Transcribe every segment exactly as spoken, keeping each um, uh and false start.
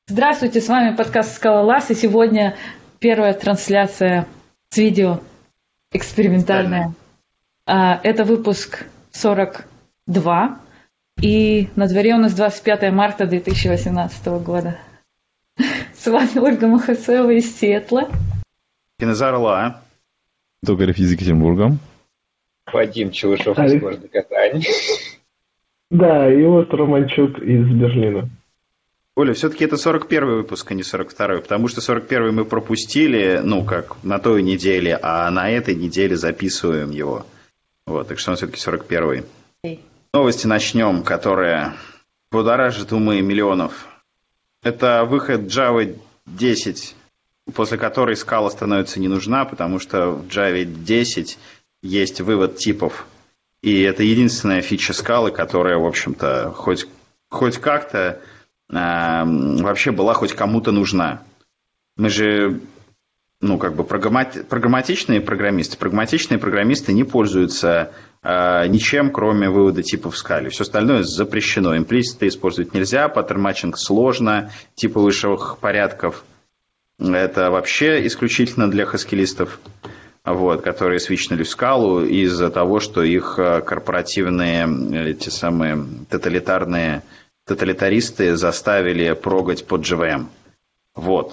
Здравствуйте, с вами подкаст «Скалолаз», и сегодня первая трансляция с видео экспериментальная. Это выпуск сорок два, и на дворе у нас двадцать пятое марта две тысячи восемнадцатого года. С вами Ольга Махасева из Сиэтла. Кинезар Ла. Токарев из Екатеринбурга. Вадим Челышев из города Казань. Да, и вот Романчук из Берлина. Оля, все-таки это сорок первый выпуск, а не сорок второй, потому что сорок первый мы пропустили, ну, как на той неделе, а на этой неделе записываем его. Вот, так что он все-таки сорок первый. Okay. Новости начнем, которые будоражат умы миллионов. Это выход Java десять, после которой скала становится не нужна, потому что в Java десять есть вывод типов. И это единственная фича скалы, которая, в общем-то, хоть, хоть как-то э, вообще была хоть кому-то нужна. Мы же, ну, как бы программати- программатичные программисты. Прагматичные программисты не пользуются э, ничем, кроме вывода типов в скале. Все остальное запрещено. Имплиситы использовать нельзя, паттерн-матчинг сложно, типы высших порядков. Это вообще исключительно для хаскилистов. Вот, которые свичнули в скалу из-за того, что их корпоративные, эти самые тоталитарные тоталитаристы заставили прогать под джей ви эм. Вот.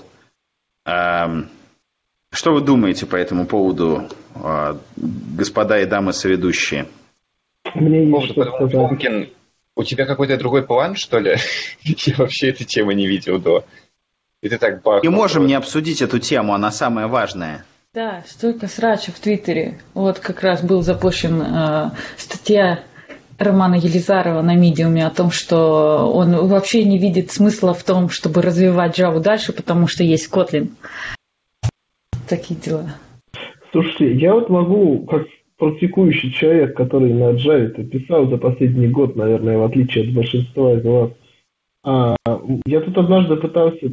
Что вы думаете по этому поводу, господа и дамы соведущие? Мне есть что сказать. Фомкин, у тебя какой-то другой план, что ли? Я вообще эту тему не видел до. И ты так бахнул. Не можем не обсудить эту тему, она самая важная. Да, столько срача в Твиттере. Вот как раз был запущен э, статья Романа Елизарова на Медиуме о том, что он вообще не видит смысла в том, чтобы развивать Java дальше, потому что есть Kotlin. Такие дела. Слушайте, я вот могу, как практикующий человек, который на Java писал за последний год, наверное, в отличие от большинства из вас, а, я тут однажды пытался...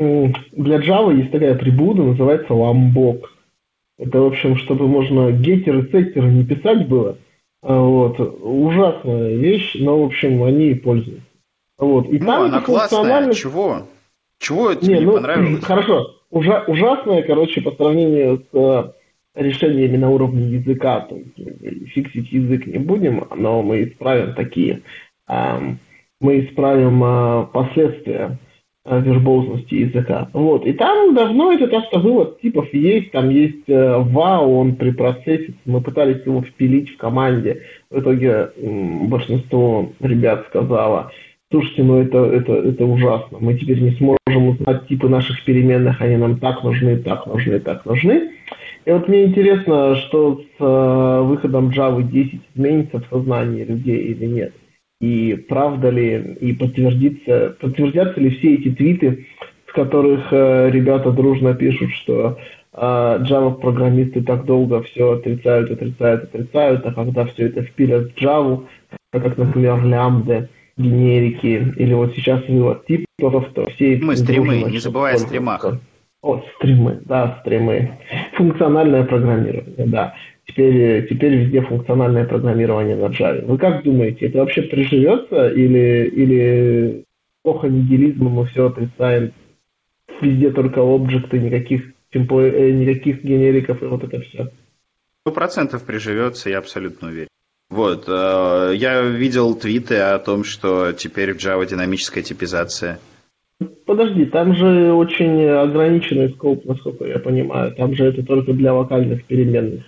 Для Java есть такая прибуда, называется Lombok. Это, в общем, чтобы можно геттеры, сеттеры не писать было. Вот. Ужасная вещь, но, в общем, они и пользуются. Вот. И ну, там она классная. Чего? Чего тебе не, не ну, понравилось? Хорошо. Ужа- ужасная, короче, по сравнению с э, решениями на уровне языка. То есть, фиксить язык не будем, но мы исправим такие. Э, мы исправим э, последствия вербозности языка. Вот. И там давно этот автовывод типов есть, там есть э, вау, он препроцессится. Мы пытались его впилить в команде. В итоге м, большинство ребят сказало, слушайте, ну это, это, это ужасно. Мы теперь не сможем узнать типы наших переменных, они нам так нужны, так нужны, так нужны. И вот мне интересно, что с э, выходом Java десять изменится в сознании людей или нет. И правда ли, и подтвердится, подтвердятся ли все эти твиты, в которых э, ребята дружно пишут, что э, Java-программисты так долго все отрицают, отрицают, отрицают, а когда все это впилят в Java, как, например, лямбды, генерики, или вот сейчас вывод типов, то все... Мы стримы, не забывай о стримах. О, стримы, да, стримы. Функциональное программирование, да. Теперь, теперь везде функциональное программирование на Java. Вы как думаете, это вообще приживется или, или плохо нигилизмом мы все отрицаем? Везде только объекты, никаких, никаких генериков и вот это все. Сто процентов приживется, я абсолютно уверен. Вот, э, я видел твиты о том, что теперь в Java динамическая типизация. Подожди, там же очень ограниченный скоп, насколько я понимаю. Там же это только для локальных переменных.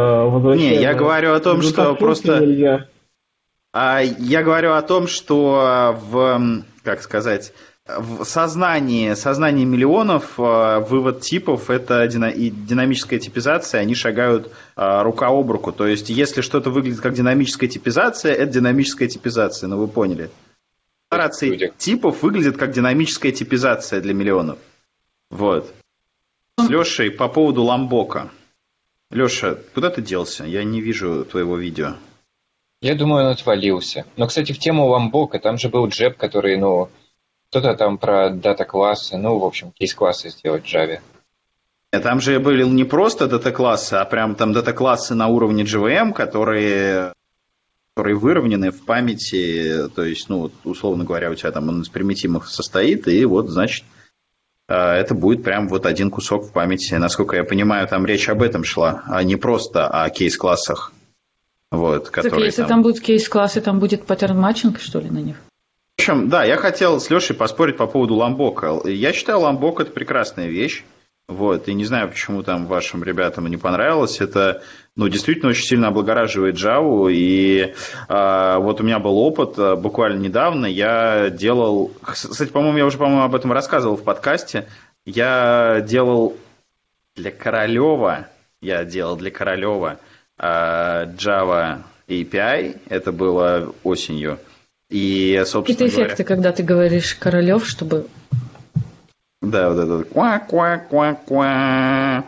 Не, я говорю о том, что просто... Нельзя. Я говорю о том, что в, как сказать, в сознании, сознании миллионов вывод типов – это динамическая типизация, они шагают рука об руку. То есть, если что-то выглядит как динамическая типизация, это динамическая типизация, ну вы поняли. Декларации типов выглядят как динамическая типизация для миллионов. Вот. С Лешей по поводу ламбока. Леша, куда ты делся? Я не вижу твоего видео. Я думаю, он отвалился. Но, кстати, в тему ламбока, там же был джеб, который, ну, кто-то там про дата-классы, ну, в общем, кейс-классы сделать в Java. Там же были не просто дата-классы, а прям там дата-классы на уровне джей ви эм, которые, которые выровнены в памяти. То есть, ну, условно говоря, у тебя там он из примитивов состоит, и вот, значит, это будет прям вот один кусок в памяти. Насколько я понимаю, там речь об этом шла, а не просто о кейс-классах. Вот, так если там... там будут кейс-классы, там будет паттерн-матчинг, что ли, на них? В общем, да, я хотел с Лешей поспорить по поводу ламбока. Я считаю, ламбок – это прекрасная вещь. Вот, и не знаю, почему там вашим ребятам не понравилось. Это, ну, действительно очень сильно облагораживает Java. И а, вот у меня был опыт буквально недавно. Я делал... Кстати, по-моему, я уже, по-моему, об этом рассказывал в подкасте. Я делал для Королева, я делал для Королева а, Java эй пи ай. Это было осенью. И, собственно Какие-то эффекты, говоря... когда ты говоришь Королев, чтобы... Да, вот это ква-ква-ква-ква.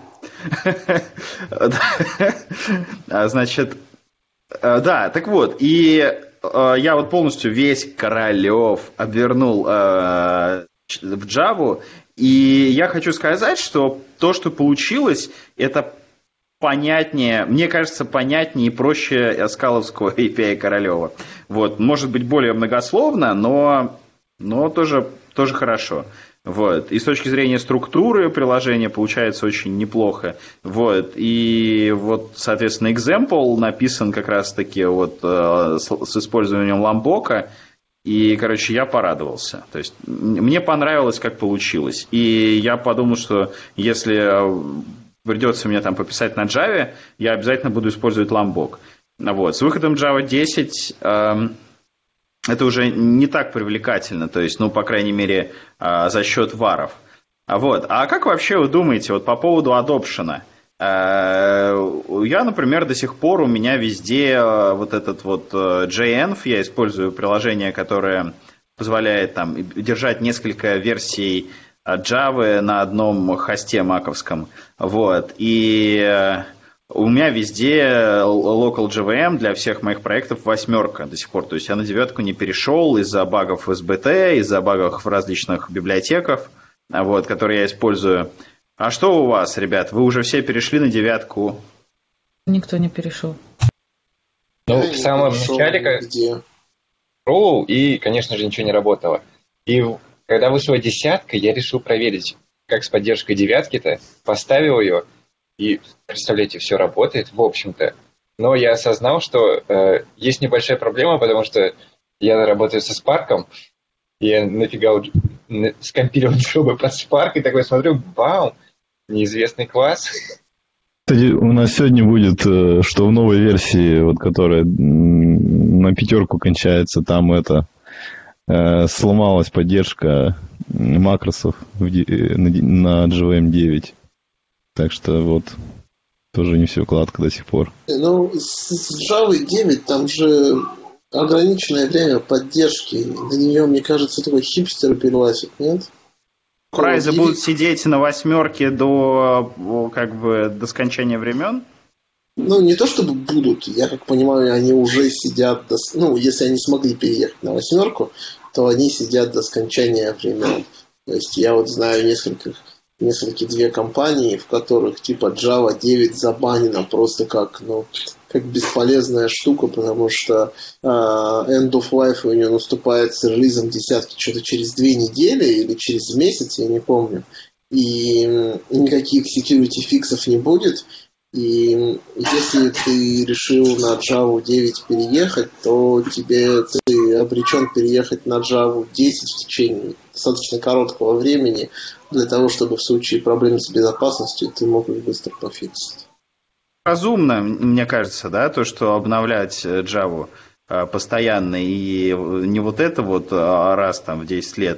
Значит, да, так вот, и я вот полностью весь Королев обвернул в Java, и я хочу сказать, что то, что получилось, это понятнее, мне кажется, понятнее и проще скаловского эй пи ай Королева. Вот, может быть, более многословно, но, но тоже, тоже хорошо. Вот. И с точки зрения структуры приложения получается очень неплохо. Вот. И вот, соответственно, example написан как раз-таки вот, э, с, с использованием ламбока. И, короче, я порадовался. То есть мне понравилось, как получилось. И я подумал, что если придется мне там пописать на Java, я обязательно буду использовать ламбок. Вот. С выходом Java десять... Э, это уже не так привлекательно, то есть, ну, по крайней мере, за счет варов. Вот. А как вообще вы думаете вот по поводу адопшена? Я, например, до сих пор у меня везде вот этот вот JEnv, я использую приложение, которое позволяет там держать несколько версий Java на одном хосте маковском. Вот. И... У меня везде Local джей ви эм для всех моих проектов восьмерка до сих пор. То есть я на девятку не перешел из-за багов в эс би ти, из-за багов в различных библиотеках, вот, которые я использую. А что у вас, ребят? Вы уже все перешли на девятку? Никто не перешел. Ну, в самом начале, как пробовал, и, конечно же, ничего не работало. И когда вышла десятка, я решил проверить, как с поддержкой девятки-то, поставил ее. И, представляете, все работает, в общем-то. Но я осознал, что э, есть небольшая проблема, потому что я работаю со Spark, и я нафигал, на, скомпилил джобы под Spark, и такой смотрю, бам, неизвестный класс. Кстати, у нас сегодня будет, что в новой версии, вот, которая на пятерку кончается, там это э, сломалась поддержка макросов в, на джей ви эм девять. Так что вот, тоже не все гладко до сих пор. Ну, с Java девять там же ограниченное время поддержки. На нее, мне кажется, такой хипстер перелазит, нет? Прайзы будут сидеть на восьмерке до, как бы, до скончания времен? Ну, не то чтобы будут. Я как понимаю, они уже сидят... До... Ну, если они смогли переехать на восьмерку, то они сидят до скончания времен. То есть я вот знаю нескольких... несколько две компании, в которых типа Java девять забанена просто как, ну, как бесполезная штука, потому что э, end of life у нее наступает с релизом десятки что-то через две недели или через месяц, я не помню. И никаких security фиксов не будет. И если ты решил на Java девять переехать, то тебе ты обречен переехать на Java десять в течение достаточно короткого времени для того, чтобы в случае проблем с безопасностью ты мог их быстро пофиксить. Разумно, мне кажется, да, то, что обновлять Java постоянно и не вот это вот раз там в десять лет,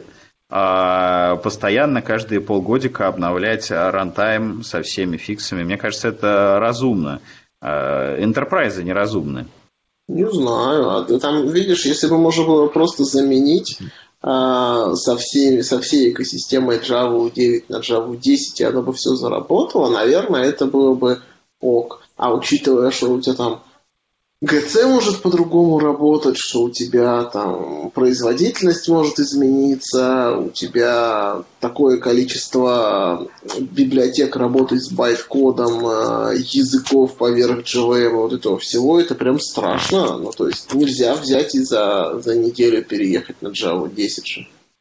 а постоянно каждые полгодика обновлять рантайм со всеми фиксами. Мне кажется, это разумно. Энтерпрайзы неразумны. Не знаю. А там, видишь, если бы можно было просто заменить а, со, всей, со всей экосистемой Java девять на Java десять, и оно бы все заработало, наверное, это было бы ок. А учитывая, что у тебя там джи си может по-другому работать, что у тебя там производительность может измениться, у тебя такое количество библиотек работает с байт-кодом, языков поверх джей ви эм, вот этого всего, это прям страшно. Ну, то есть нельзя взять и за, за неделю переехать на Java десять же.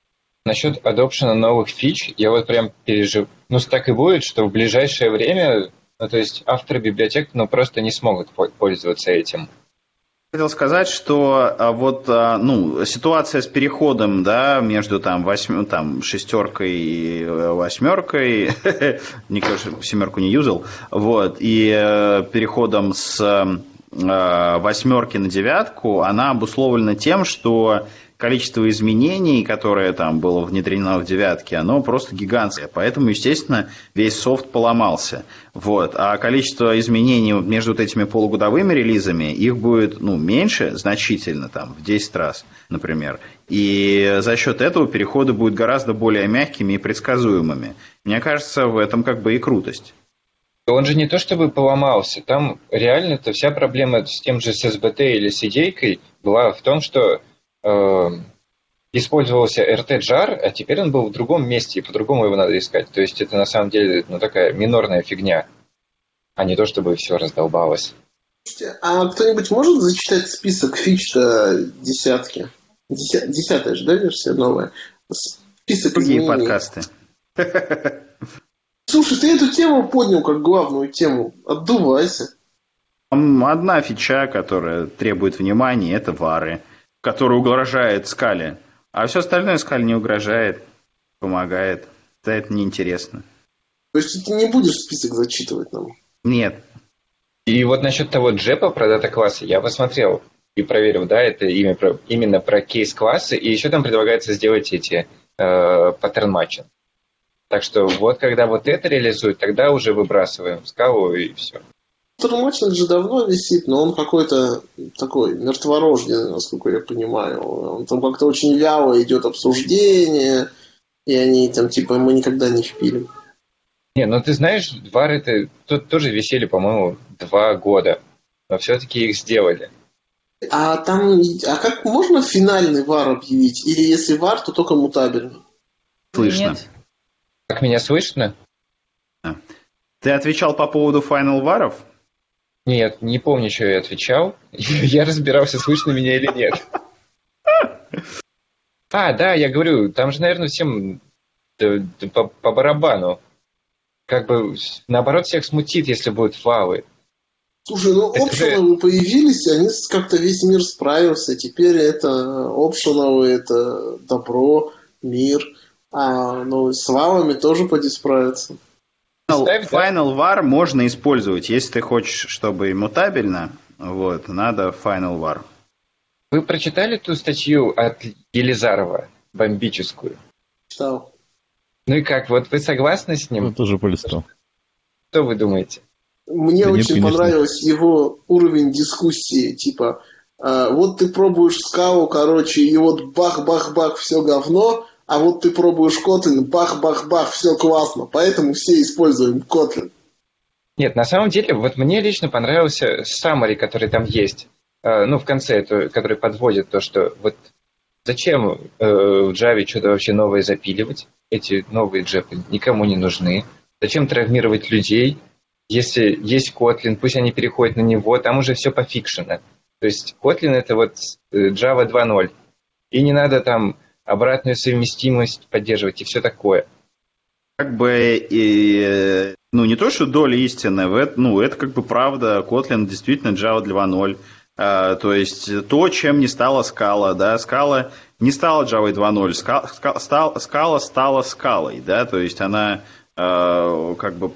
Насчет адопшена новых фич, я вот прям переживаю. Ну, так и будет, что в ближайшее время, ну, то есть авторы библиотек, ну, просто не смогут пользоваться этим. Хотел сказать, что вот ну, ситуация с переходом, да, между там, восьми, там шестеркой и восьмеркой, никто семерку не юзал, вот, и переходом с восьмерки на девятку, она обусловлена тем, что количество изменений, которое там было внедрено в девятке, оно просто гигантское. Поэтому, естественно, весь софт поломался. Вот. А количество изменений между вот этими полугодовыми релизами, их будет ну, меньше значительно, там, в десять раз, например. И за счет этого переходы будут гораздо более мягкими и предсказуемыми. Мне кажется, в этом как бы и крутость. Он же не то чтобы поломался. Там реально-то вся проблема с тем же с эс би ти или с идейкой была в том, что использовался эр ти-jar, а теперь он был в другом месте, и по-другому его надо искать. То есть это на самом деле ну, такая минорная фигня, а не то, чтобы все раздолбалось. А кто-нибудь может зачитать список фич-то десятки? Деся... Десятая же, да, версия новая? Список Другие изменений. Подкасты. Слушай, ты эту тему поднял как главную тему. Отдувайся. Одна фича, которая требует внимания, это вары, который угрожает скале. А все остальное скале не угрожает, помогает. Да это неинтересно. То есть ты не будешь список зачитывать нам? Нет. И вот насчет того джепа про дата-классы я посмотрел и проверил, да, это имя про, именно про кейс-классы, и еще там предлагается сделать эти паттерн-матчинг. Так что вот когда вот это реализуют, тогда уже выбрасываем скалу и все. Паттерн-матчинг же давно висит, но он какой-то такой мертворожденный, насколько я понимаю. Он там как-то очень вяло идет обсуждение, и они там типа мы никогда не впилим. Не, ну ты знаешь, вары-то тут тоже висели, по-моему, два года, но все-таки их сделали. А там, а как можно финальный вар объявить? Или если вар, то только мутабельный? Слышно. Нет. Как меня слышно? Ты отвечал по поводу Final варов? Нет, не помню, что я отвечал. Я разбирался, слышно меня или нет. А, да, я говорю, там же, наверное, всем по, по барабану. Как бы, наоборот, всех смутит, если будут валы. Слушай, ну опшеновые же... появились, они как-то весь мир справился. Теперь это опшеновые, это добро, мир. А ну, с валами тоже поди справиться. Final, Final War можно использовать, если ты хочешь, чтобы мутабельно, вот, надо Final War. Вы прочитали ту статью от Елизарова, бомбическую? Читал. Ну и как, вот вы согласны с ним? Я тоже полистал. Что вы думаете? Мне да очень нет, понравился его уровень дискуссии, типа, э, вот ты пробуешь скалу, короче, и вот бах-бах-бах, все говно, а вот ты пробуешь Kotlin, бах-бах-бах, все классно, поэтому все используем Kotlin. Нет, на самом деле, вот мне лично понравился summary, который там есть, э, ну, в конце, это, который подводит то, что вот зачем э, в Java что-то вообще новое запиливать, эти новые джепы никому не нужны, зачем травмировать людей, если есть Kotlin, пусть они переходят на него, там уже все пофикшено. То есть Kotlin это вот Java два ноль, и не надо там обратную совместимость поддерживать и все такое. Как бы, и, ну, не то, что доля истины, ну, это как бы правда, Kotlin действительно Java два ноль. А, то есть то, чем не стала Scala, да, Scala не стала Java два ноль, Scala, Scala стала скалой, да, то есть она а, как бы,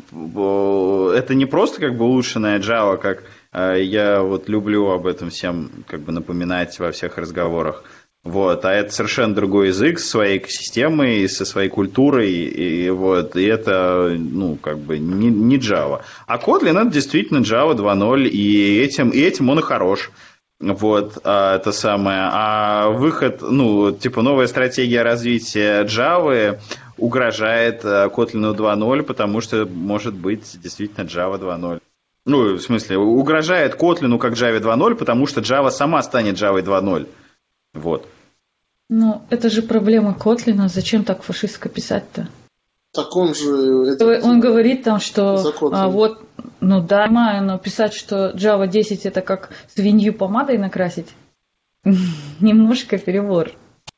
это не просто как бы улучшенная Java, как а, я вот люблю об этом всем как бы напоминать во всех разговорах. Вот, а это совершенно другой язык со своей экосистемой, со своей культурой, и, и вот, и это, ну, как бы не, не Java. А Kotlin это действительно Java два ноль, и этим, и этим он и хорош. Вот, а, это самое. А выход, ну, типа новая стратегия развития Java угрожает Kotlin два ноль, потому что может быть действительно Java два ноль. Ну, в смысле, угрожает Kotlin как Java два ноль, потому что Java сама станет Java два ноль. Вот. Ну, это же проблема Котлина. Зачем так фашистско писать-то? Так он же... Это... Он говорит там, что а, вот, ну да, понимаю, но писать, что Java десять это как свинью помадой накрасить, немножко перебор.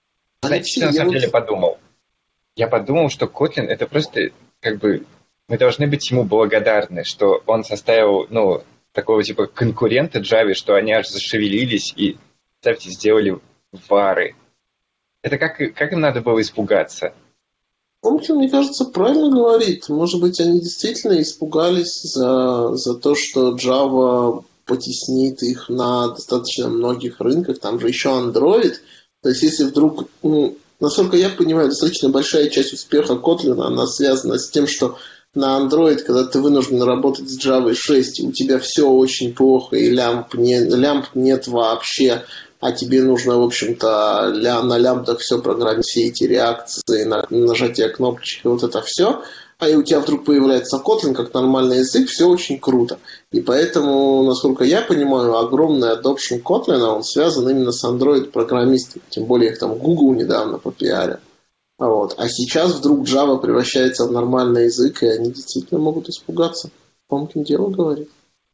Знаете, что я на самом деле подумал? Я подумал, что Kotlin это просто как бы мы должны быть ему благодарны, что он составил, ну, такого типа конкурента Java, что они аж зашевелились и, представьте, сделали вары. Это как, как им надо было испугаться? Комкин, мне кажется, правильно говорит. Может быть, они действительно испугались за, за то, что Java потеснит их на достаточно многих рынках. Там же еще Android. То есть, если вдруг, ну, насколько я понимаю, достаточно большая часть успеха Kotlin, она связана с тем, что на Android, когда ты вынужден работать с Java шесть, и у тебя все очень плохо, и лямп, не, лямп нет вообще, а тебе нужно, в общем-то, ля, на лямбдах все программировать, все эти реакции, на, нажатие кнопочек, и вот это все, а и у тебя вдруг появляется Kotlin как нормальный язык, все очень круто. И поэтому, насколько я понимаю, огромный adoption Kotlin, он связан именно с Android-программистами, тем более их там Google недавно попиарил. Вот. А сейчас вдруг Java превращается в нормальный язык, и они действительно могут испугаться. Комкин дело говорит.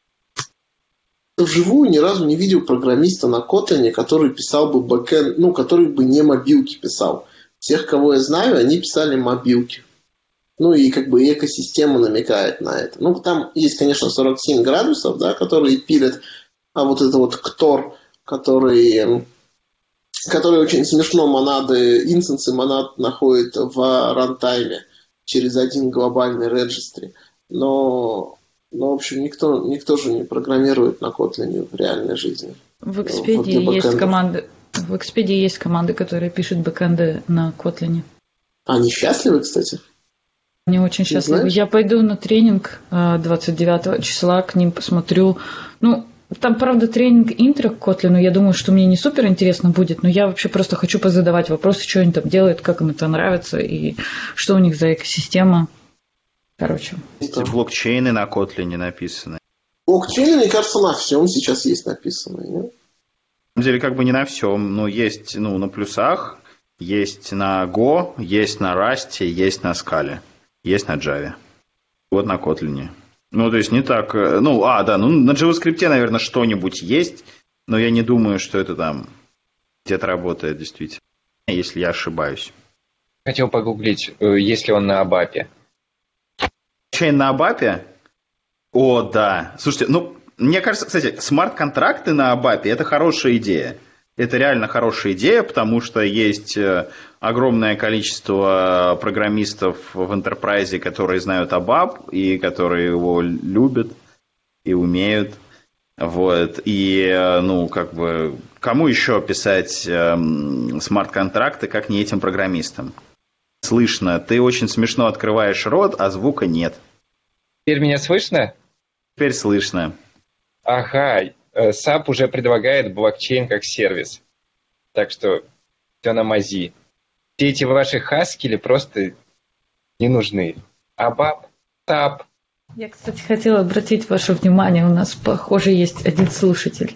Вживую ни разу не видел программиста на Kotlin, который писал бы бэкэнд, ну, который бы не мобилки писал. Всех, кого я знаю, они писали мобилки. Ну и как бы экосистема намекает на это. Ну, там есть, конечно, сорок семь градусов, да, которые пилят, а вот это вот ктор, который... который очень смешно монады, инстансы монад находит в рантайме через один глобальный регистри. Но, но, в общем, никто, никто же не программирует на Kotlin в реальной жизни. В Expedia вот есть команды, в Expedia есть команды, которые пишут бэкэнды на Kotlin. Они счастливы, кстати? Они очень счастливы. Я пойду на тренинг двадцать девятого числа, к ним посмотрю. Ну, там, правда, тренинг интро к Kotlin, я думаю, что мне не супер интересно будет, но я вообще просто хочу позадавать вопросы, что они там делают, как им это нравится и что у них за экосистема. Короче. Эти блокчейны на Kotlin написаны. Блокчейны, мне кажется, на всем сейчас есть написаны. Нет? На самом деле, как бы не на всем, но есть, ну, на плюсах, есть на Go, есть на Rust, есть на Scala, есть на Java. Вот на Kotlin. Ну, то есть не так... Ну, а, да, ну на JavaScript, наверное, что-нибудь есть, но я не думаю, что это там где-то работает действительно, если я ошибаюсь. Хотел погуглить, есть ли он на Абапе. Чейн на Абапе? О, да. Слушайте, ну, мне кажется, кстати, смарт-контракты на Абапе – это хорошая идея. Это реально хорошая идея, потому что есть огромное количество программистов в Enterprise, которые знают ABAP и которые его любят и умеют. Вот. И, ну, как бы, кому еще писать эм, смарт-контракты, как не этим программистам? Слышно. Ты очень смешно открываешь рот, а звука нет. Теперь меня слышно? Теперь слышно. Ага. сап уже предлагает блокчейн как сервис. Так что все на мази. Все эти ваши хаскили просто не нужны. ABAP, сап. Я, кстати, хотела обратить ваше внимание, у нас, похоже, есть один слушатель.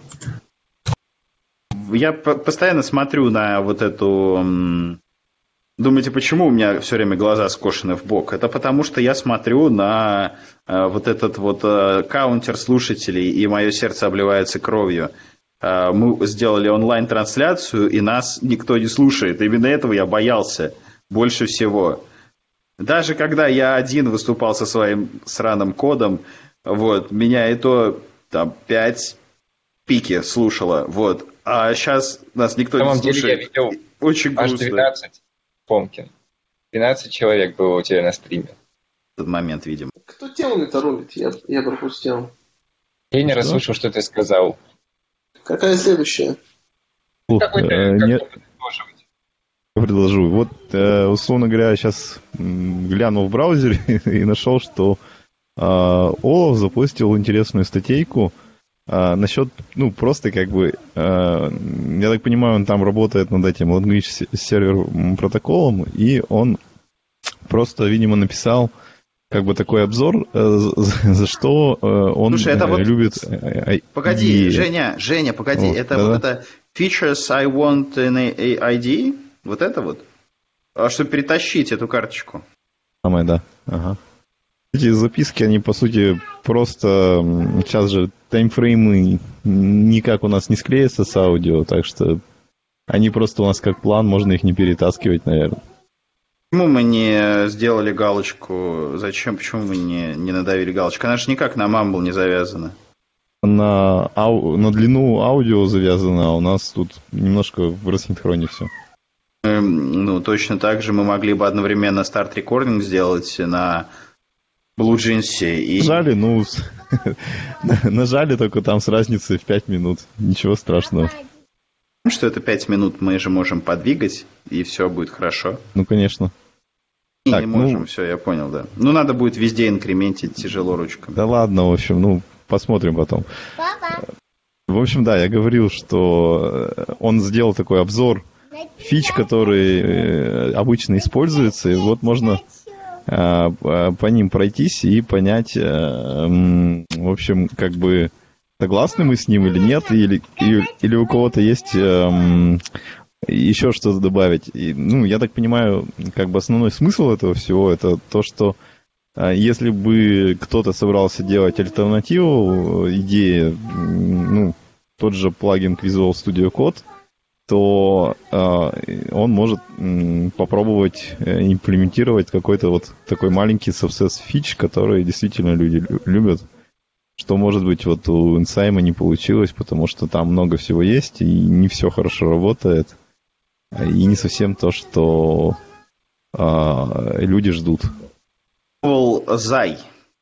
Я постоянно смотрю на вот эту... Думаете, почему у меня все время глаза скошены в бок? Это потому, что я смотрю на э, вот этот вот э, каунтер слушателей, и мое сердце обливается кровью. Э, мы сделали онлайн-трансляцию, и нас никто не слушает. Именно этого я боялся больше всего. Даже когда я один выступал со своим сраным кодом, вот, меня и то там пять пики слушало. Вот. А сейчас нас никто не слушает. На самом деле я видел очень грустно. аж двенадцать. Помкин. двенадцать человек было у тебя на стриме. В этот момент, видимо. Кто темами-то рубит? Я, я пропустил. Я не расслышал, что ты сказал. Какая следующая? Ух, э, не... Предложу. Вот, э, условно говоря, сейчас глянул в браузере и нашел, что э, Олаф запустил интересную статейку А, насчет, ну, просто как бы, а, я так понимаю, он там работает над этим Language сервер протоколом, и он просто, видимо, написал как бы такой обзор, за, за что он Слушай, это вот... любит... Погоди, и... Женя, Женя, погоди, вот, это да. вот это features I want in ай ди, вот это вот, а чтобы перетащить эту карточку. Самое, да, ага. Эти записки, они, по сути, просто... Сейчас же таймфреймы никак у нас не склеятся с аудио, так что Они просто у нас как план, можно их не перетаскивать, наверное. Почему мы не сделали галочку? Зачем? Почему мы не, не надавили галочку? Она же никак на Mumble не завязана. На, ау... на длину аудио завязано, а у нас тут немножко в рассинхроне все. Ну, точно так же мы могли бы одновременно старт-рекординг сделать на BlueJeans. И... Нажали, ну, нажали только там с разницей в пять минут. Ничего страшного. Что это пять минут мы же можем подвигать, и все будет хорошо. Ну, конечно. И так, не можем, ну... все, я понял, да. Ну, надо будет везде инкрементить, тяжело ручками. Да ладно, в общем, ну, посмотрим потом. Папа. В общем, да, я говорил, что он сделал такой обзор фич, которые обычно используются, и вот можно по ним пройтись и понять, в общем, как бы согласны мы с ним или нет, или, или у кого-то есть еще что-то добавить. И, ну, я так понимаю, как бы основной смысл этого всего это то, что если бы кто-то собрался делать альтернативу идее, ну, тот же плагин к Visual Studio Code, то э, он может м, попробовать имплементировать какой-то вот такой маленький success фич, который действительно люди любят. Что, может быть, вот у Инсайма не получилось, потому что там много всего есть, и не все хорошо работает, и не совсем то, что э, люди ждут. Зай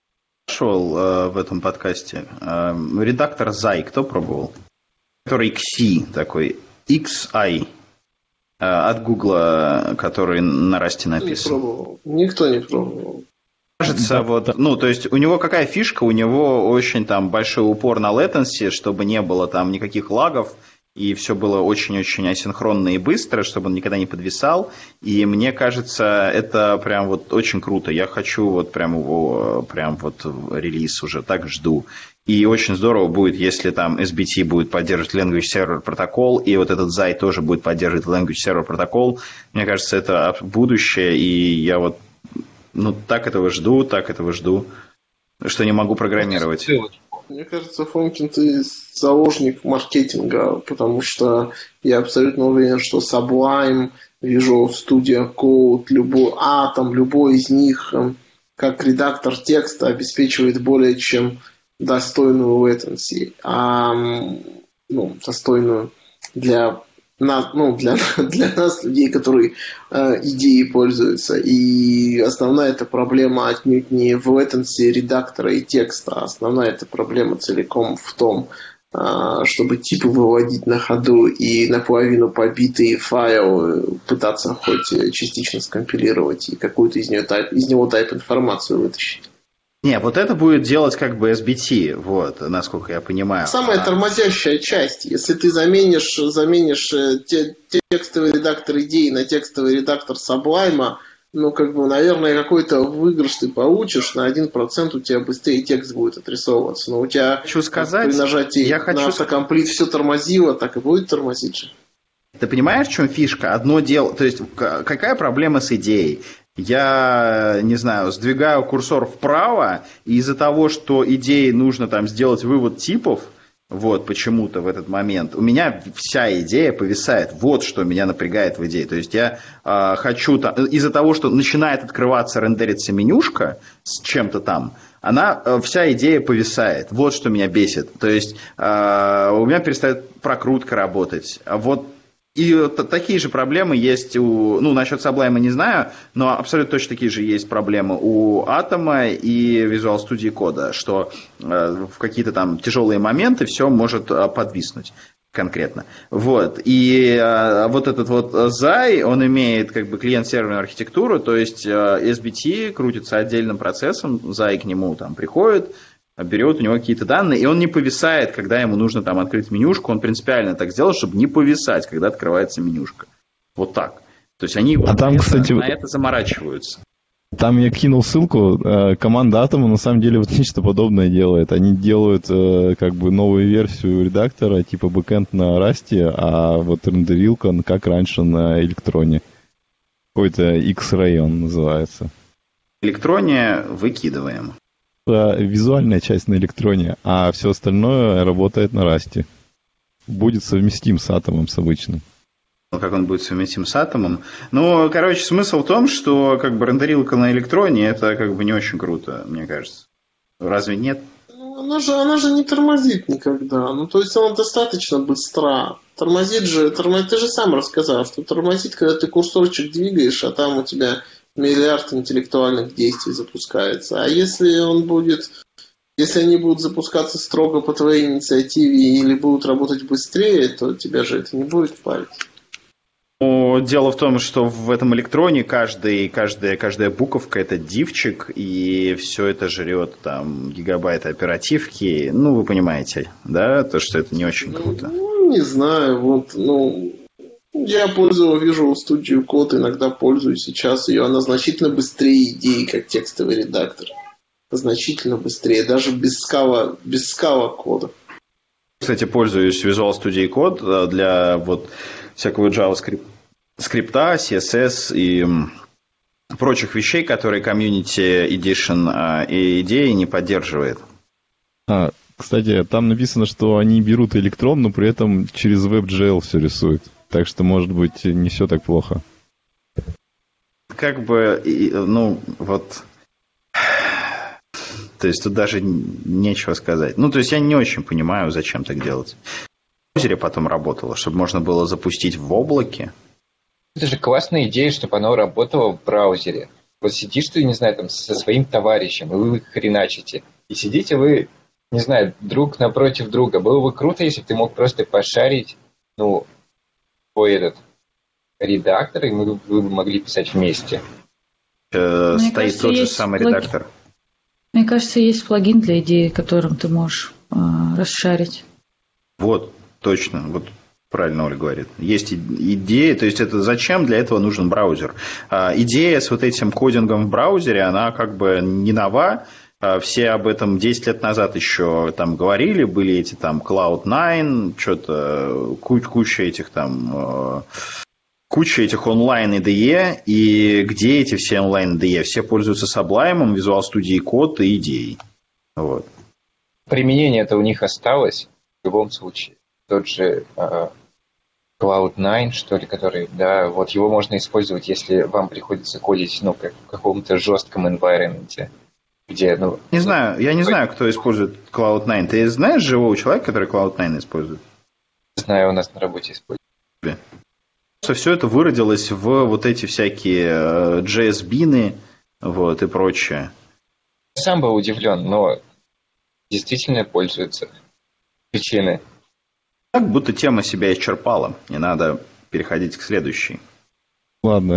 шел э, в этом подкасте. Э, редактор Зай, кто пробовал? Который икс ай такой. икс ай э, от Гугла, который на Расте написан. Не пробовал. Никто не пробовал. Кажется, да, вот, да. Ну, то есть у него какая фишка? У него очень там большой упор на latency, чтобы не было там никаких лагов, и все было очень-очень асинхронно и быстро, чтобы он никогда не подвисал. И мне кажется, это прям вот очень круто. Я хочу вот прям его, прям вот релиз уже так жду. И очень здорово будет, если там эс би ти будет поддерживать Language Server Protocol, и вот этот Zai тоже будет поддерживать Language Server Protocol. Мне кажется, это будущее, и я вот ну так этого жду, так этого жду, что не могу программировать. Мне кажется, Фомкин, ты заложник маркетинга, потому что я абсолютно уверен, что Sublime, Visual Studio Code, любой Atom, любой из них, как редактор текста, обеспечивает более чем достойную latency, а, ну, достойную для нас, ну, для, для нас, людей, которые э, идеей пользуются. И основная эта проблема отнюдь не в latency редактора и текста, а основная эта проблема целиком в том, э, чтобы типы выводить на ходу и наполовину побитые файлы пытаться хоть частично скомпилировать и какую-то из, нее тайп, из него тайп информацию вытащить. Не, вот это будет делать как бы эс би ти, вот, насколько я понимаю. Самая тормозящая часть. Если ты заменишь, заменишь те, текстовый редактор идей на текстовый редактор Sublime, ну, как бы, наверное, какой-то выигрыш ты получишь, на один процент у тебя быстрее текст будет отрисовываться. Но у тебя хочу сказать, при нажатии я на хочу... автокомплит все тормозило, так и будет тормозить же. Ты понимаешь, в чем фишка? Одно дело, то есть, какая проблема с идеей? Я, не знаю, сдвигаю курсор вправо, и из-за того, что идее нужно там сделать вывод типов, вот, почему-то в этот момент, у меня вся идея повисает. Вот что меня напрягает в идее. То есть я э, хочу, там, из-за того, что начинает открываться, рендериться менюшка с чем-то там, она, э, вся идея повисает. Вот что меня бесит. То есть э, у меня перестает прокрутка работать. Вот. И вот такие же проблемы есть у... Ну, насчет Sublime не знаю, но абсолютно точно такие же есть проблемы у Atom и Visual Studio Code, что э, в какие-то там тяжелые моменты все может э, подвиснуть конкретно. Вот. И э, вот этот вот Zai, он имеет как бы клиент-серверную архитектуру, то есть э, эс би ти крутится отдельным процессом, Zai к нему там приходит, берет у него какие-то данные, и он не повисает, когда ему нужно там открыть менюшку. Он принципиально так сделал, чтобы не повисать, когда открывается менюшка. Вот так. То есть они а вот там, это, кстати, на это заморачиваются. Там я кинул ссылку. Команда Atom на самом деле вот нечто подобное делает. Они делают как бы новую версию редактора, типа бэкэнд на Rust, а вот рендерилка как раньше на электроне. Какой-то X-Ray он называется. Электроне выкидываем. Визуальная часть на электроне, а все остальное работает на Rust. Будет совместим с Atom, с обычным. как он будет совместим с атомом. Ну, короче, смысл в том, что как бы рендерилка на электроне это как бы не очень круто, мне кажется. Разве нет? Она же, она же не тормозит никогда. Ну, то есть она достаточно быстра. Тормозит же, тормозит, ты же сам рассказал, что тормозит, когда ты курсорчик двигаешь, а там у тебя миллиард интеллектуальных действий запускается. А если он будет, если они будут запускаться строго по твоей инициативе или будут работать быстрее, то тебя же это не будет парить. Дело в том, что в этом электроне каждый, каждая, каждая буковка это дивчик, и все это жрет там гигабайты оперативки. Ну, вы понимаете, да, то, что это не очень круто. Ну, не знаю, вот, ну, я пользовал Visual Studio Code, иногда пользуюсь сейчас ее, она значительно быстрее идеи, как текстовый редактор. Значительно быстрее, даже без скала, без скала кода. Кстати, пользуюсь Visual Studio Code для вот всякого JavaScript, скрипта, си эс эс и прочих вещей, которые Community Edition и идеи не поддерживает. А, кстати, там написано, что они берут электрон, но при этом через WebGL все рисуют. Так что, может быть, не все так плохо. Как бы, ну, вот... То есть тут даже нечего сказать. Ну, то есть я не очень понимаю, зачем так делать. В браузере потом работало, чтобы можно было запустить в облаке. Это же классная идея, чтобы оно работало в браузере. Вот сидишь ты, не знаю, там со своим товарищем, и вы хреначите. И сидите вы, не знаю, друг напротив друга. Было бы круто, если бы ты мог просто пошарить, ну, свой этот редактор, и мы, вы бы могли писать вместе. Э, стоит кажется, тот же самый плагин. Редактор. Мне кажется, есть плагин для идеи, которым ты можешь э, расшарить. Вот, точно. Вот правильно Оля говорит. Есть идея, то есть это зачем? Для этого нужен браузер. А, идея с вот этим кодингом в браузере, она как бы не нова. А, все об этом десять лет назад еще там говорили. Были эти там клауд найн, что-то, куча этих там... Куча этих онлайн ай ди и, и где эти все онлайн ай ди и? Все пользуются Sublime, Visual Studio Code и идеей. Вот. Применение это у них осталось в любом случае. Тот же uh, клауд найн, что ли, который, да, вот его можно использовать, если вам приходится кодить, ну, как в каком-то жестком environment, где, ну... Не знаю, я не знаю, кто использует клауд найн. Ты знаешь живого человека, который клауд найн использует? Знаю, у нас на работе используют. Все это выродилось в вот эти всякие джей эс-бины, вот, и прочее. Сам был удивлен, но действительно пользуются. Причины. Как будто тема себя исчерпала. Не надо переходить к следующей. Ладно.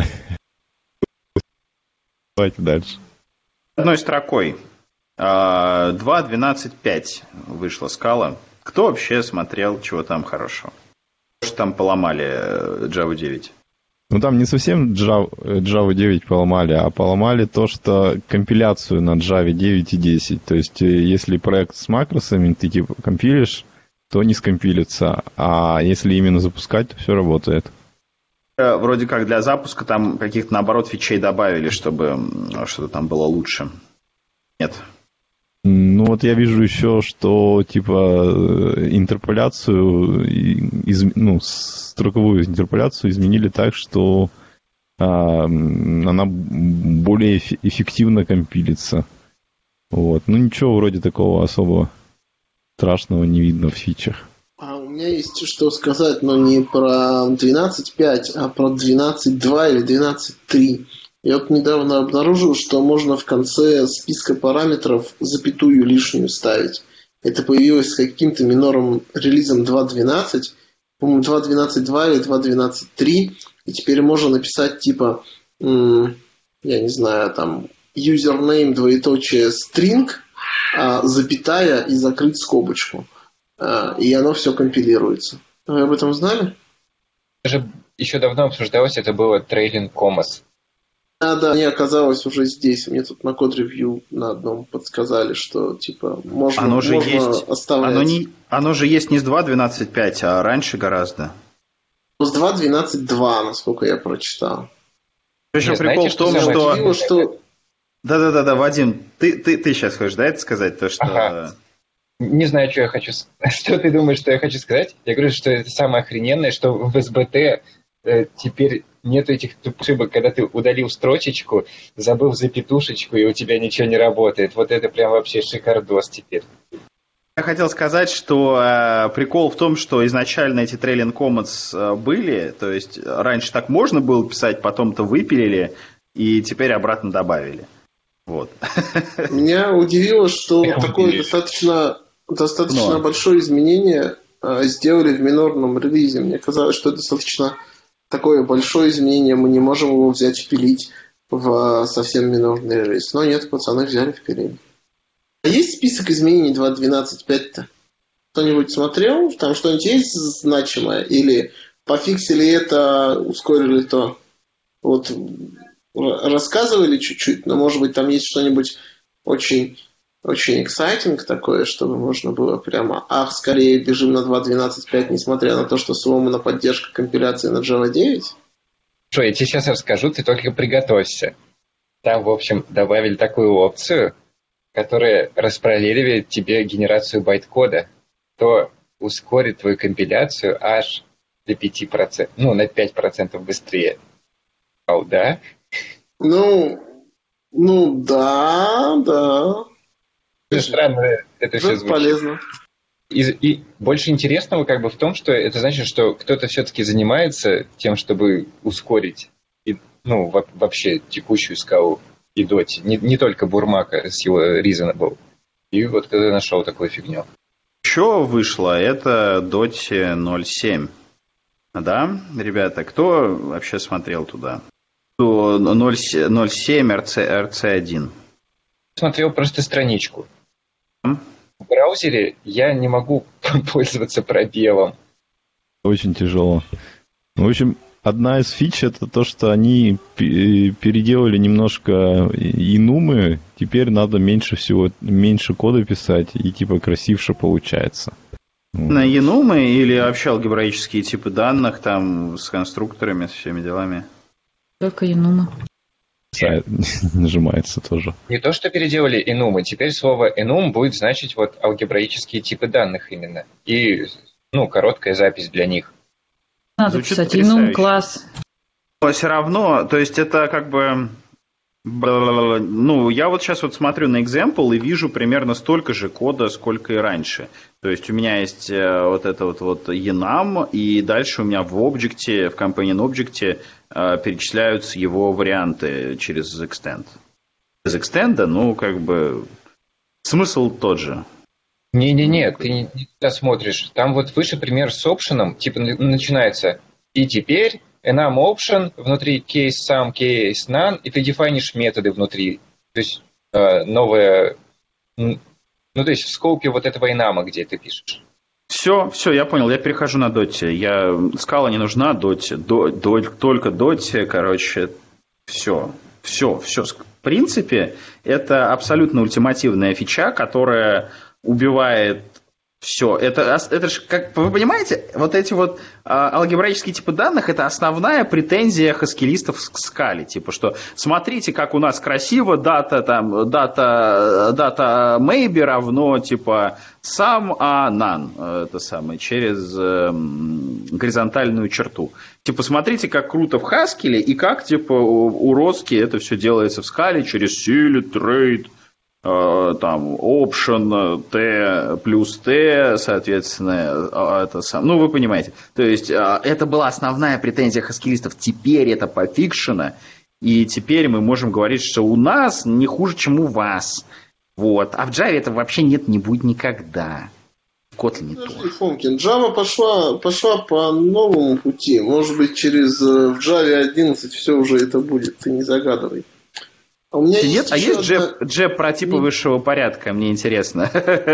Давайте дальше. Одной строкой. два двенадцать пять вышла скала. Кто вообще смотрел, чего там хорошего? Что там поломали Java девять? Ну, там не совсем Java девять поломали, а поломали то, что компиляцию на Java девять и десять. То есть, если проект с макросами ты типа компилишь, то не скомпилится. А если именно запускать, то все работает. Вроде как для запуска там каких-то, наоборот, фичей добавили, чтобы что-то там было лучше. Нет. Ну, вот я вижу еще, что, типа, интерполяцию, из, ну, строковую интерполяцию изменили так, что а, она более эффективно компилится. Вот. Ну, ничего вроде такого особо страшного не видно в фичах. А у меня есть что сказать, но не про двенадцать пять, а про двенадцать два или двенадцать три. Я вот недавно обнаружил, что можно в конце списка параметров запятую лишнюю ставить. Это появилось с каким-то минором релизом два двенадцать, по-моему, два двенадцать два или два двенадцать три, и теперь можно написать типа, м- я не знаю, там, username, двоеточие, string, а, запятая и закрыть скобочку. А, и оно все компилируется. Вы об этом знали? Даже еще давно обсуждалось, это было trailing commas. А, да, не оказалось уже здесь. Мне тут на код-ревью на одном подсказали, что типа можно, оно же можно есть, оставлять. Оно, не, оно же есть не с два двенадцать пять, а раньше гораздо. С два двенадцать два, насколько я прочитал. Еще не, прикол знаете, в том, что... что... что... Да-да-да, Вадим, ты, ты, ты сейчас хочешь, да, это сказать? То, что... Ага. Не знаю, что я хочу... Что ты думаешь, что я хочу сказать? Я говорю, что это самое охрененное, что в эс би ти э, теперь нету этих ошибок, когда ты удалил строчечку, забыл запятушечку, и у тебя ничего не работает. Вот это прям вообще шикардос теперь. Я хотел сказать, что э, прикол в том, что изначально эти trailing comments э, были, то есть раньше так можно было писать, потом-то выпилили, и теперь обратно добавили. Вот. Меня удивило, что Я такое удивились. достаточно, достаточно Но. большое изменение э, сделали в минорном релизе. Мне казалось, что это достаточно такое большое изменение, мы не можем его взять впилить в э, совсем минорный релиз. Но нет, пацаны взяли впилили. А есть список изменений два точка двенадцать точка пять-то? Кто-нибудь смотрел? Там что-нибудь есть значимое? Или пофиксили это, ускорили то? Вот рассказывали чуть-чуть, но, может быть, там есть что-нибудь очень, очень exciting такое, чтобы можно было прямо, ах, скорее бежим на два точка двенадцать точка пять, несмотря на то, что сломана поддержка компиляции на Java девять? Что, я тебе сейчас расскажу, ты только приготовься. Там, в общем, добавили такую опцию, которая распараллеливает тебе генерацию байт-кода, то ускорит твою компиляцию аж до пяти процентов, ну, на пять процентов быстрее. Ау, да? Ну, ну да, да. Это странно, это все Это звучит. полезно. И, и больше интересного как бы в том, что это значит, что кто-то все-таки занимается тем, чтобы ускорить и, ну, во- вообще текущую скалу и доти. Не, не только Бурмака с его Reasonable. И вот когда нашел такую фигню. Еще вышло, это доти ноль семь. Да, ребята, кто вообще смотрел туда? ноль семь эр си один. Смотрел просто страничку. М? В браузере я не могу пользоваться пробелом. Очень тяжело. В общем, одна из фич это то, что они пе- переделали немножко инумы. Теперь надо меньше всего, меньше кода писать, и типа красивше получается. На енумы или вообще алгебраические типы данных там с конструкторами, с всеми делами? Только Enuma. Сайт нажимается тоже. Не то, что переделали enum, теперь слово enum будет значить вот алгебраические типы данных именно. И, ну, короткая запись для них. Надо Звучит писать потрясающе. Enum класс. Но все равно, то есть это как бы... Ну, я вот сейчас вот смотрю на example и вижу примерно столько же кода, сколько и раньше. То есть у меня есть вот это вот, вот enum, и дальше у меня в объекте, в companion object перечисляются его варианты через extend. Без extend, ну, как бы, смысл тот же. Не-не-не, ты не, не туда смотришь. Там вот выше пример с option, типа начинается «и теперь enum option», внутри case sum, case none, и ты дефайнишь методы внутри. То есть э, новое... Ну, то есть в скопе вот этого enum, где ты пишешь. Все, все, я понял, я перехожу на доте. Я, скала не нужна, доте, до, до, только доте, короче, все, все, все. В принципе, это абсолютно ультимативная фича, которая убивает все. Это, это же, как вы понимаете, вот эти вот а, алгебраические типы данных, это основная претензия хаскилистов к скале. Типа, что смотрите, как у нас красиво дата, там, дата, дата maybe равно, типа, sum, а none, это самое, через э, горизонтальную черту. Типа, смотрите, как круто в хаскиле, и как, типа, у, у Роски это все делается в скале через silent, trade, там, option, t плюс t, соответственно, это сам. Ну, вы понимаете. То есть, это была основная претензия хаскилистов. Теперь это пофикшено, и теперь мы можем говорить, что у нас не хуже, чем у вас. Вот. А в Java это вообще нет, не будет никогда. В Kotlin не то. Фомкин, Java пошла, пошла по новому пути. Может быть, через в Java одиннадцать все уже это будет. Ты не загадывай. А у меня Нет, есть а есть одна... джеб, джеб про типы высшего порядка, мне интересно.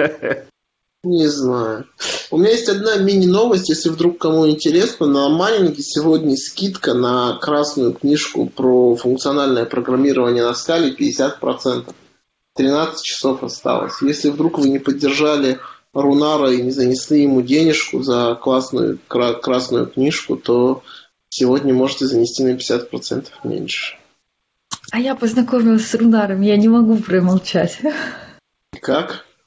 Не знаю. У меня есть одна мини-новость, если вдруг кому интересно. На майнинге сегодня скидка на красную книжку про функциональное программирование на скале пятьдесят процентов. тринадцать часов осталось. Если вдруг вы не поддержали Рунара и не занесли ему денежку за классную кра- красную книжку, то сегодня можете занести на пятьдесят процентов меньше. А я познакомилась с Рунаром, я не могу промолчать. Как?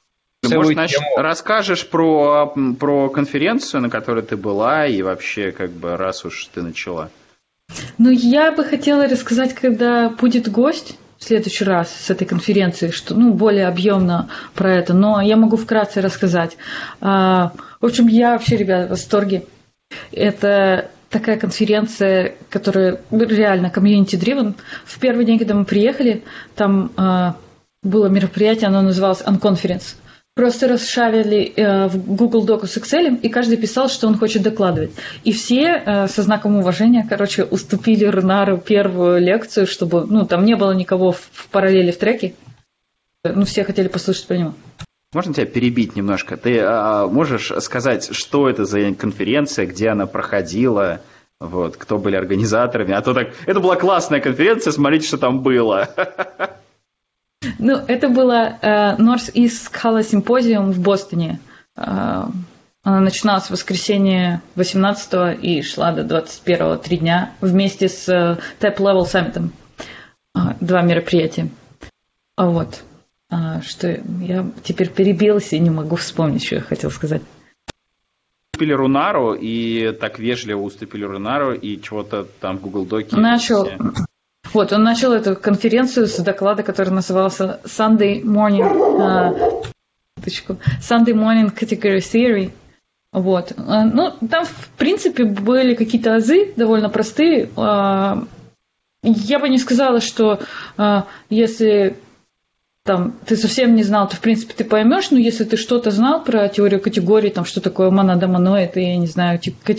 Может, значит, расскажешь про, про конференцию, на которой ты была, и вообще, как бы, раз уж ты начала? Ну, я бы хотела рассказать, когда будет гость в следующий раз с этой конференции, что, ну, более объемно про это, но я могу вкратце рассказать. В общем, я вообще, ребята, в восторге. Это такая конференция, которая реально community-driven. В первый день, когда мы приехали, там было мероприятие, оно называлось Unconference. Просто расшарили э, в Google Доку с Excel, и каждый писал, что он хочет докладывать. И все э, со знаком уважения, короче, уступили Рунару первую лекцию, чтобы, ну, там не было никого в, в параллели в треке. Ну, все хотели послушать про него. Можно тебя перебить немножко? Ты а, можешь сказать, что это за конференция, где она проходила, вот, кто были организаторами? А то так, это была классная конференция, смотрите, что там было. Ну, это было uh, Northeast Scala Symposium в Бостоне. Uh, она начиналась в воскресенье восемнадцатого и шла до двадцать первого, три дня, вместе с uh, Type Level Summit. Uh, два мероприятия. А вот, uh, что я теперь перебилась и не могу вспомнить, что я хотела сказать. Уступили Рунару, и так вежливо уступили Рунару, и чего-то там в Google Доке... Начал... Вот, он начал эту конференцию с доклада, который назывался Sunday Morning, uh, Sunday Morning Category Theory. Вот. Uh, ну, там, в принципе, были какие-то азы довольно простые. Uh, я бы не сказала, что uh, если там, ты совсем не знал, то, в принципе, ты поймешь, но если ты что-то знал про теорию категорий, там, что такое монодомоноид, и, я не знаю,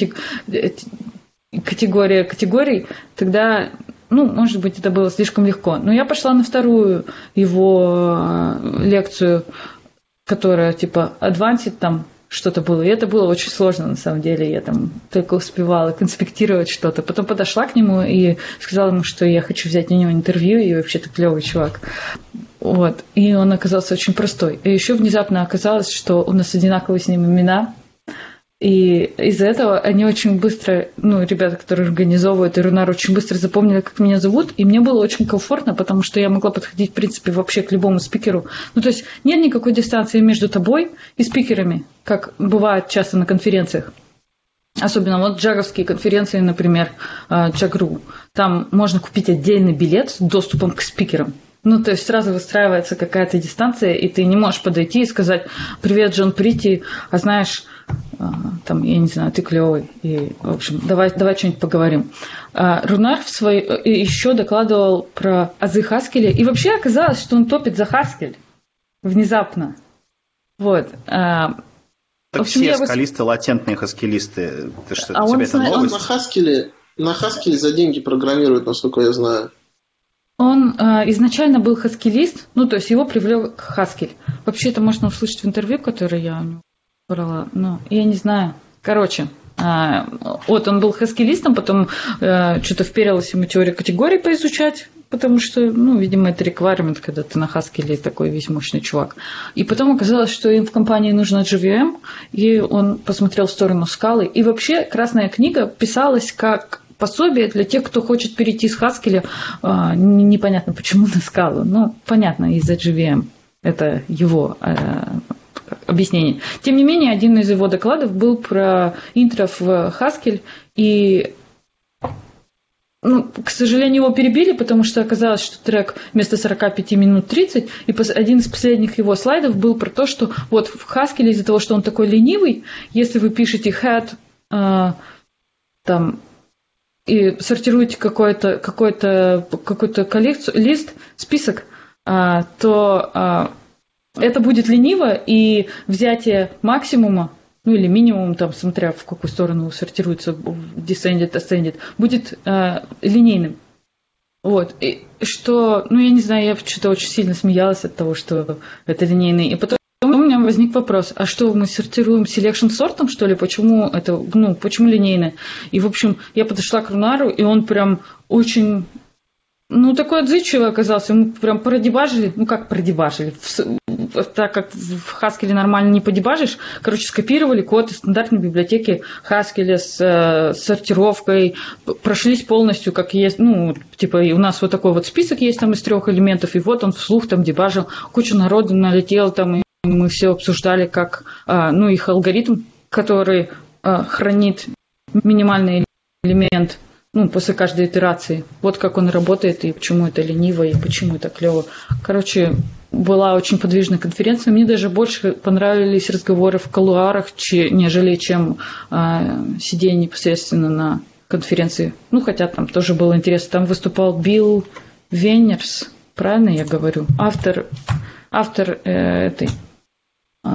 категория категорий, тогда... Ну, может быть, это было слишком легко. Но я пошла на вторую его лекцию, которая типа Advanced, там что-то было. И это было очень сложно, на самом деле. Я там только успевала конспектировать что-то. Потом подошла к нему и сказала ему, что я хочу взять у него интервью, и вообще-то клевый чувак. Вот. И он оказался очень простой. И еще внезапно оказалось, что у нас одинаковые с ним имена. И из-за этого они очень быстро, ну, ребята, которые организовывают, и Рунар очень быстро запомнили, как меня зовут, и мне было очень комфортно, потому что я могла подходить, в принципе, вообще к любому спикеру. Ну, то есть нет никакой дистанции между тобой и спикерами, как бывает часто на конференциях. Особенно вот джаговские конференции, например, Джагру. Там можно купить отдельный билет с доступом к спикерам. Ну, то есть сразу выстраивается какая-то дистанция, и ты не можешь подойти и сказать: «Привет, Джон Прити, а знаешь, там, я не знаю, ты клевый, и, в общем, давай, давай что-нибудь поговорим». Рунар в свой... еще докладывал про азы Хаскеля, и вообще оказалось, что он топит за Хаскель внезапно. Вот. Так в общем, все скалисты, вас... латентные хаскелисты. Ты что, а тебе он, это новость? Он на Хаскеле, на Хаскеле за деньги программирует, насколько я знаю. Он э, изначально был хаскелист, ну, то есть его привлек Хаскель. Вообще это можно услышать в интервью, которое я у него брала, но я не знаю. Короче, э, вот он был хаскелистом, потом э, что-то вперилось ему теорию категорий поизучать, потому что, ну, видимо, это requirement, когда ты на Хаскеле такой весь мощный чувак. И потом оказалось, что им в компании нужно джей ви эм, и он посмотрел в сторону скалы. И вообще Красная книга писалась как... пособие для тех, кто хочет перейти с Хаскеля, а, непонятно почему, на скалу. Ну, понятно, из-за джей ви эм. Это его а, объяснение. Тем не менее, один из его докладов был про интро в Хаскель, и, ну, к сожалению, его перебили, потому что оказалось, что трек вместо сорок пять минут тридцать, и один из последних его слайдов был про то, что вот в Хаскеле из-за того, что он такой ленивый, если вы пишете head, а, там, и сортируете какой-то, какой-то, какую-то коллекцию, лист, список, а, то а, это будет лениво, и взятие максимума, ну или минимум, там, смотря в какую сторону сортируется, descended, ascended, будет а, линейным. Вот. И что, ну я не знаю, я что-то очень сильно смеялась от того, что это линейный. И потом у меня возник вопрос: а что, мы сортируем selection сортом, что ли? Почему это, ну, почему линейно? И, в общем, я подошла к Рунару, и он прям очень, ну, такой отзывчивый оказался. Мы прям продебажили, ну, как продебажили, так как в Хаскеле нормально не подебажишь, короче, скопировали код из стандартной библиотеки Хаскеля с э, сортировкой, прошлись полностью, как есть, ну, типа, у нас вот такой вот список есть там из трех элементов, и вот он вслух там дебажил, куча народу налетел там, и мы все обсуждали, как, ну, их алгоритм, который хранит минимальный элемент, ну, после каждой итерации. Вот как он работает, и почему это лениво, и почему это клево. Короче, была очень подвижная конференция. Мне даже больше понравились разговоры в кулуарах, нежели чем э, сидение непосредственно на конференции. Ну, хотя там тоже было интересно. Там выступал Билл Венерс, правильно я говорю? Автор, автор э, этой э,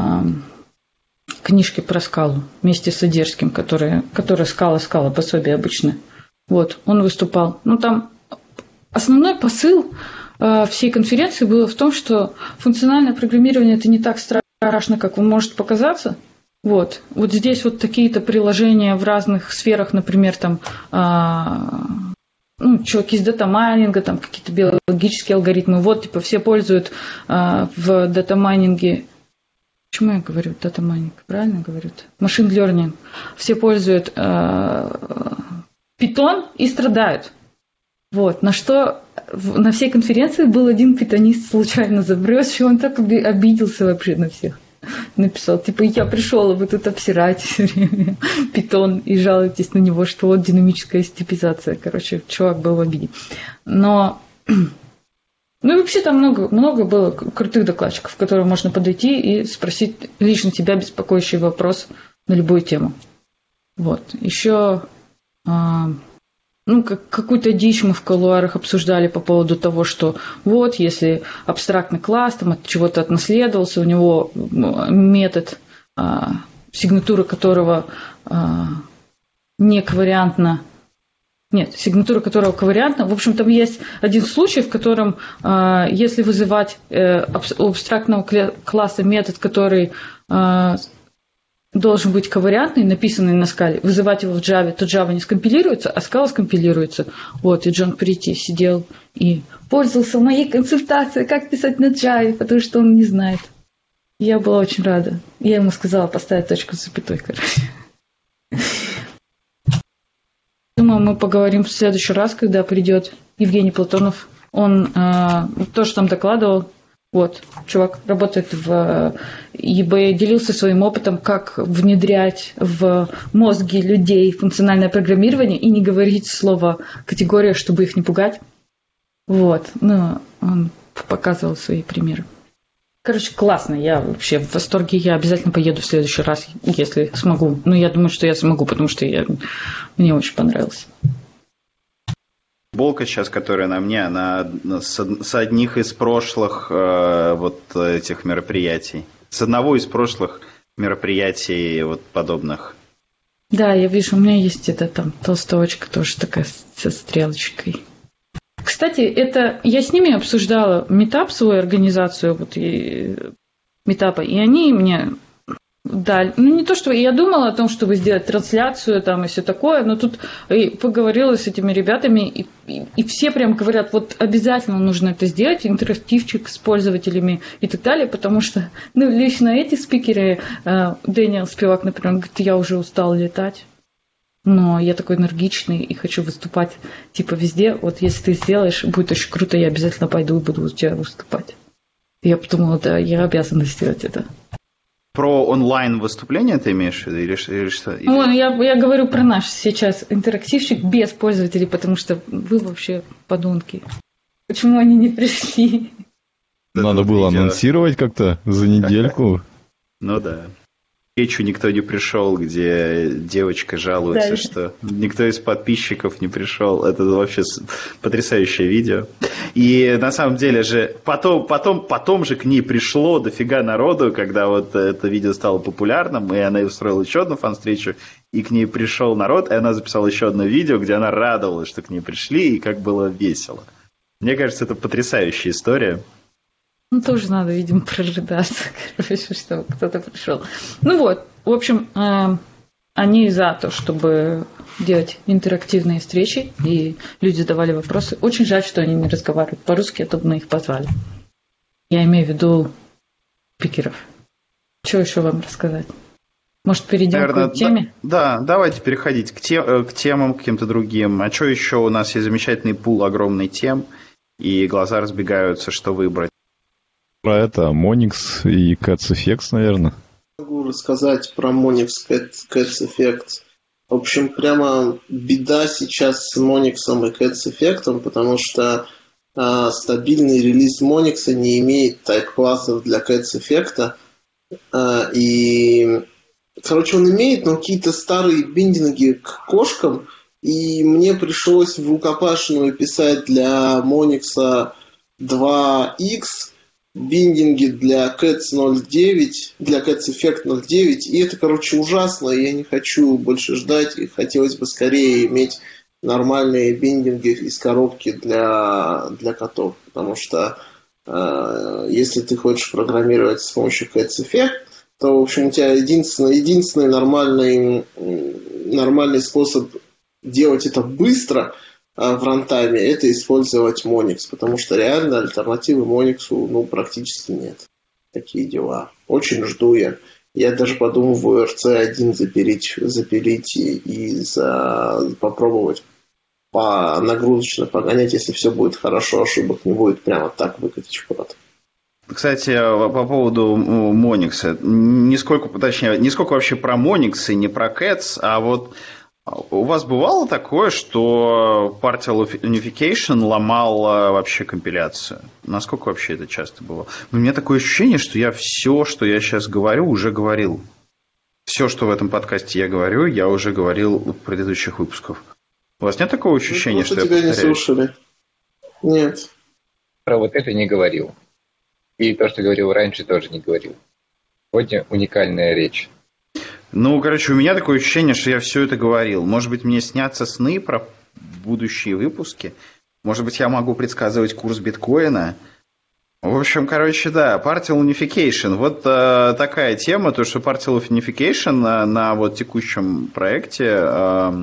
книжки про скалу вместе с Одерским, которая, которая скала, скала, пособие обычное. Вот, он выступал. Ну, там основной посыл э, всей конференции было в том, что функциональное программирование – это не так страшно, как вам может показаться. Вот, вот здесь вот такие-то приложения в разных сферах, например, там, э, ну, чуваки из дата-майнинга, там какие-то биологические алгоритмы. Вот, типа, все пользуют э, в дата-майнинге. Почему я говорю дата-майнинг? Правильно говорят? Машин learning. Все пользуют э, Python и страдают. Вот. На что на всей конференции был один питонист случайно забрёсший, он так обиделся вообще на всех. Написал, типа, я пришел, а вы тут обсираете все время Python и жалуетесь на него, что вот динамическая степизация. Короче, чувак был в обиде. Но, ну и вообще там много, много было крутых докладчиков, к которым можно подойти и спросить лично тебя беспокоящий вопрос на любую тему. Вот. Еще... Ну, как, какую-то дичь мы в кулуарах обсуждали по поводу того, что вот, если абстрактный класс там, от чего-то отнаследовался, у него метод, а, сигнатура которого а, не ковариантна, нет, сигнатура которого ковариантна. В общем, там есть один случай, в котором, а, если вызывать э, у абстрактного класса метод, который... А, должен быть ковариантный, написанный на скале, вызывать его в Java, то Java не скомпилируется, а скала скомпилируется. Вот, и Джон Прити сидел и пользовался моей консультацией, как писать на Java, потому что он не знает. И я была очень рада. Я ему сказала поставить точку с запятой, короче. Думаю, мы поговорим в следующий раз, когда придет Евгений Платонов. Он э, тоже там докладывал. Вот, чувак работает в eBay, делился своим опытом, как внедрять в мозги людей функциональное программирование и не говорить слово категория, чтобы их не пугать. Вот, ну, он показывал свои примеры. Короче, классно, я вообще в восторге, я обязательно поеду в следующий раз, если смогу. Ну, я думаю, что я смогу, потому что я, мне очень понравилось. Футболка сейчас, которая на мне, она с, с одних из прошлых э, вот этих мероприятий. С одного из прошлых мероприятий вот подобных. Да, я вижу, у меня есть эта там толстовочка тоже такая со стрелочкой. Кстати, это я с ними обсуждала митап, свою организацию вот, и, митапа, и они мне... Да, ну не то, что я думала о том, чтобы сделать трансляцию там и все такое, но тут и поговорила с этими ребятами, и, и, и все прям говорят, вот обязательно нужно это сделать, интерактивчик с пользователями и так далее, потому что, ну, лично эти спикеры, э, Дэниел Спивак, например, говорит, я уже устал летать, но я такой энергичный и хочу выступать типа везде, вот если ты сделаешь, будет очень круто, я обязательно пойду и буду у тебя выступать. И я подумала, да, я обязана сделать это. Про онлайн-выступление ты имеешь в виду или, или что? Или... Ну, я, я говорю про наш сейчас интерактивчик без пользователей, потому что вы вообще подонки. Почему они не пришли? Надо было анонсировать как-то за недельку. Ну да. Речью никто не пришел, где девочка жалуется, да, что никто из подписчиков не пришел. Это вообще потрясающее видео. И на самом деле же потом, потом, потом же к ней пришло дофига народу, когда вот это видео стало популярным, и она устроила еще одну фан-встречу, и к ней пришел народ, и она записала еще одно видео, где она радовалась, что к ней пришли, и как было весело. Мне кажется, это потрясающая история. Ну, тоже надо, видимо, прорыдаться, короче, что кто-то пришел. Ну вот, в общем, э, они за то, чтобы делать интерактивные встречи, и люди задавали вопросы. Очень жаль, что они не разговаривают по-русски, а то бы мы их позвали. Я имею в виду спикеров. Что еще вам рассказать? Может, перейдем Наверное, к теме? Да, да, давайте переходить к, тем, к темам, к каким-то другим. А что еще? У нас есть замечательный пул огромный тем, и глаза разбегаются, что выбрать. Про это Monix и Cats Effects, наверное. Могу рассказать про Monix Cats Effects. В общем, прямо беда сейчас с Monix и Cats Effects, потому что э, стабильный релиз Monix не имеет тайп-классов для Cats Effect. Э, и, короче, он имеет, но какие-то старые биндинги к кошкам, и мне пришлось в рукопашную писать для Monix два икс биндинги для Cats ноль девять, для Cats Effect ноль девять, и это, короче, ужасно, и я не хочу больше ждать, и хотелось бы скорее иметь нормальные биндинги из коробки для, для котов, потому что э, если ты хочешь программировать с помощью Cats Effect, то, в общем, у тебя единственный, единственный нормальный, нормальный способ делать это быстро в рантайме, это использовать Monix, потому что реально альтернативы Monix ну, практически нет. Такие дела. Очень жду я. Я даже подумываю эр си один запилить, запилить и, и за, попробовать по нагрузочно погонять, если все будет хорошо, ошибок не будет прямо так выкатить в прод. Кстати, по поводу Monix, не сколько, точнее, не сколько вообще про Monix и не про Cats, а вот у вас бывало такое, что Partial Unification ломал вообще компиляцию? Насколько вообще это часто было? У меня такое ощущение, что я все, что я сейчас говорю, уже говорил. Все, что в этом подкасте я говорю, я уже говорил в предыдущих выпусках. У вас нет такого ощущения, ну, что я тебя повторяюсь? Не слушали. Нет. Про вот это не говорил. И то, что говорил раньше, тоже не говорил. Сегодня уникальная речь. Ну, короче, у меня такое ощущение, что я все это говорил. Может быть, мне снятся сны про будущие выпуски. Может быть, я могу предсказывать курс биткоина. В общем, короче, да, Partial Unification. Вот э, такая тема, то, что Partial Unification на, на вот текущем проекте э,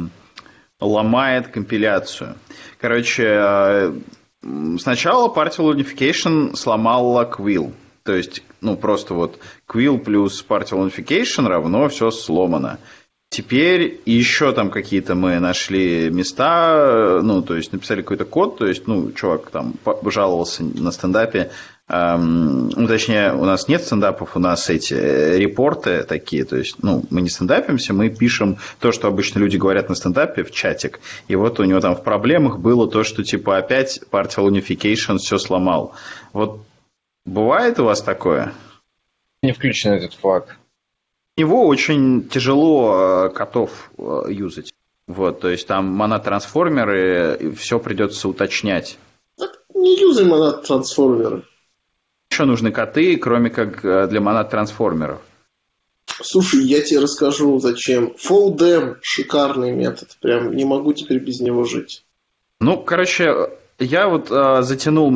ломает компиляцию. Короче, э, сначала Partial Unification сломала Quill. То есть, ну, просто вот Quill плюс Partial Unification равно все сломано. Теперь еще там какие-то мы нашли места, ну, то есть написали какой-то код, то есть, ну, чувак там жаловался на стендапе, эм, ну, точнее, у нас нет стендапов, у нас эти репорты такие, то есть, ну, мы не стендапимся, мы пишем то, что обычно люди говорят на стендапе в чатик, и вот у него там в проблемах было то, что, типа, опять Partial Unification все сломал. Вот бывает у вас такое? Не включен этот флаг. Его очень тяжело котов юзать. Вот, то есть там монотрансформеры, все придется уточнять. Так не юзай монотрансформеры. Еще нужны коты, кроме как для монотрансформеров. Слушай, я тебе расскажу, зачем. FallDem – шикарный метод. Прям не могу теперь без него жить. Ну, короче, я вот э, затянул,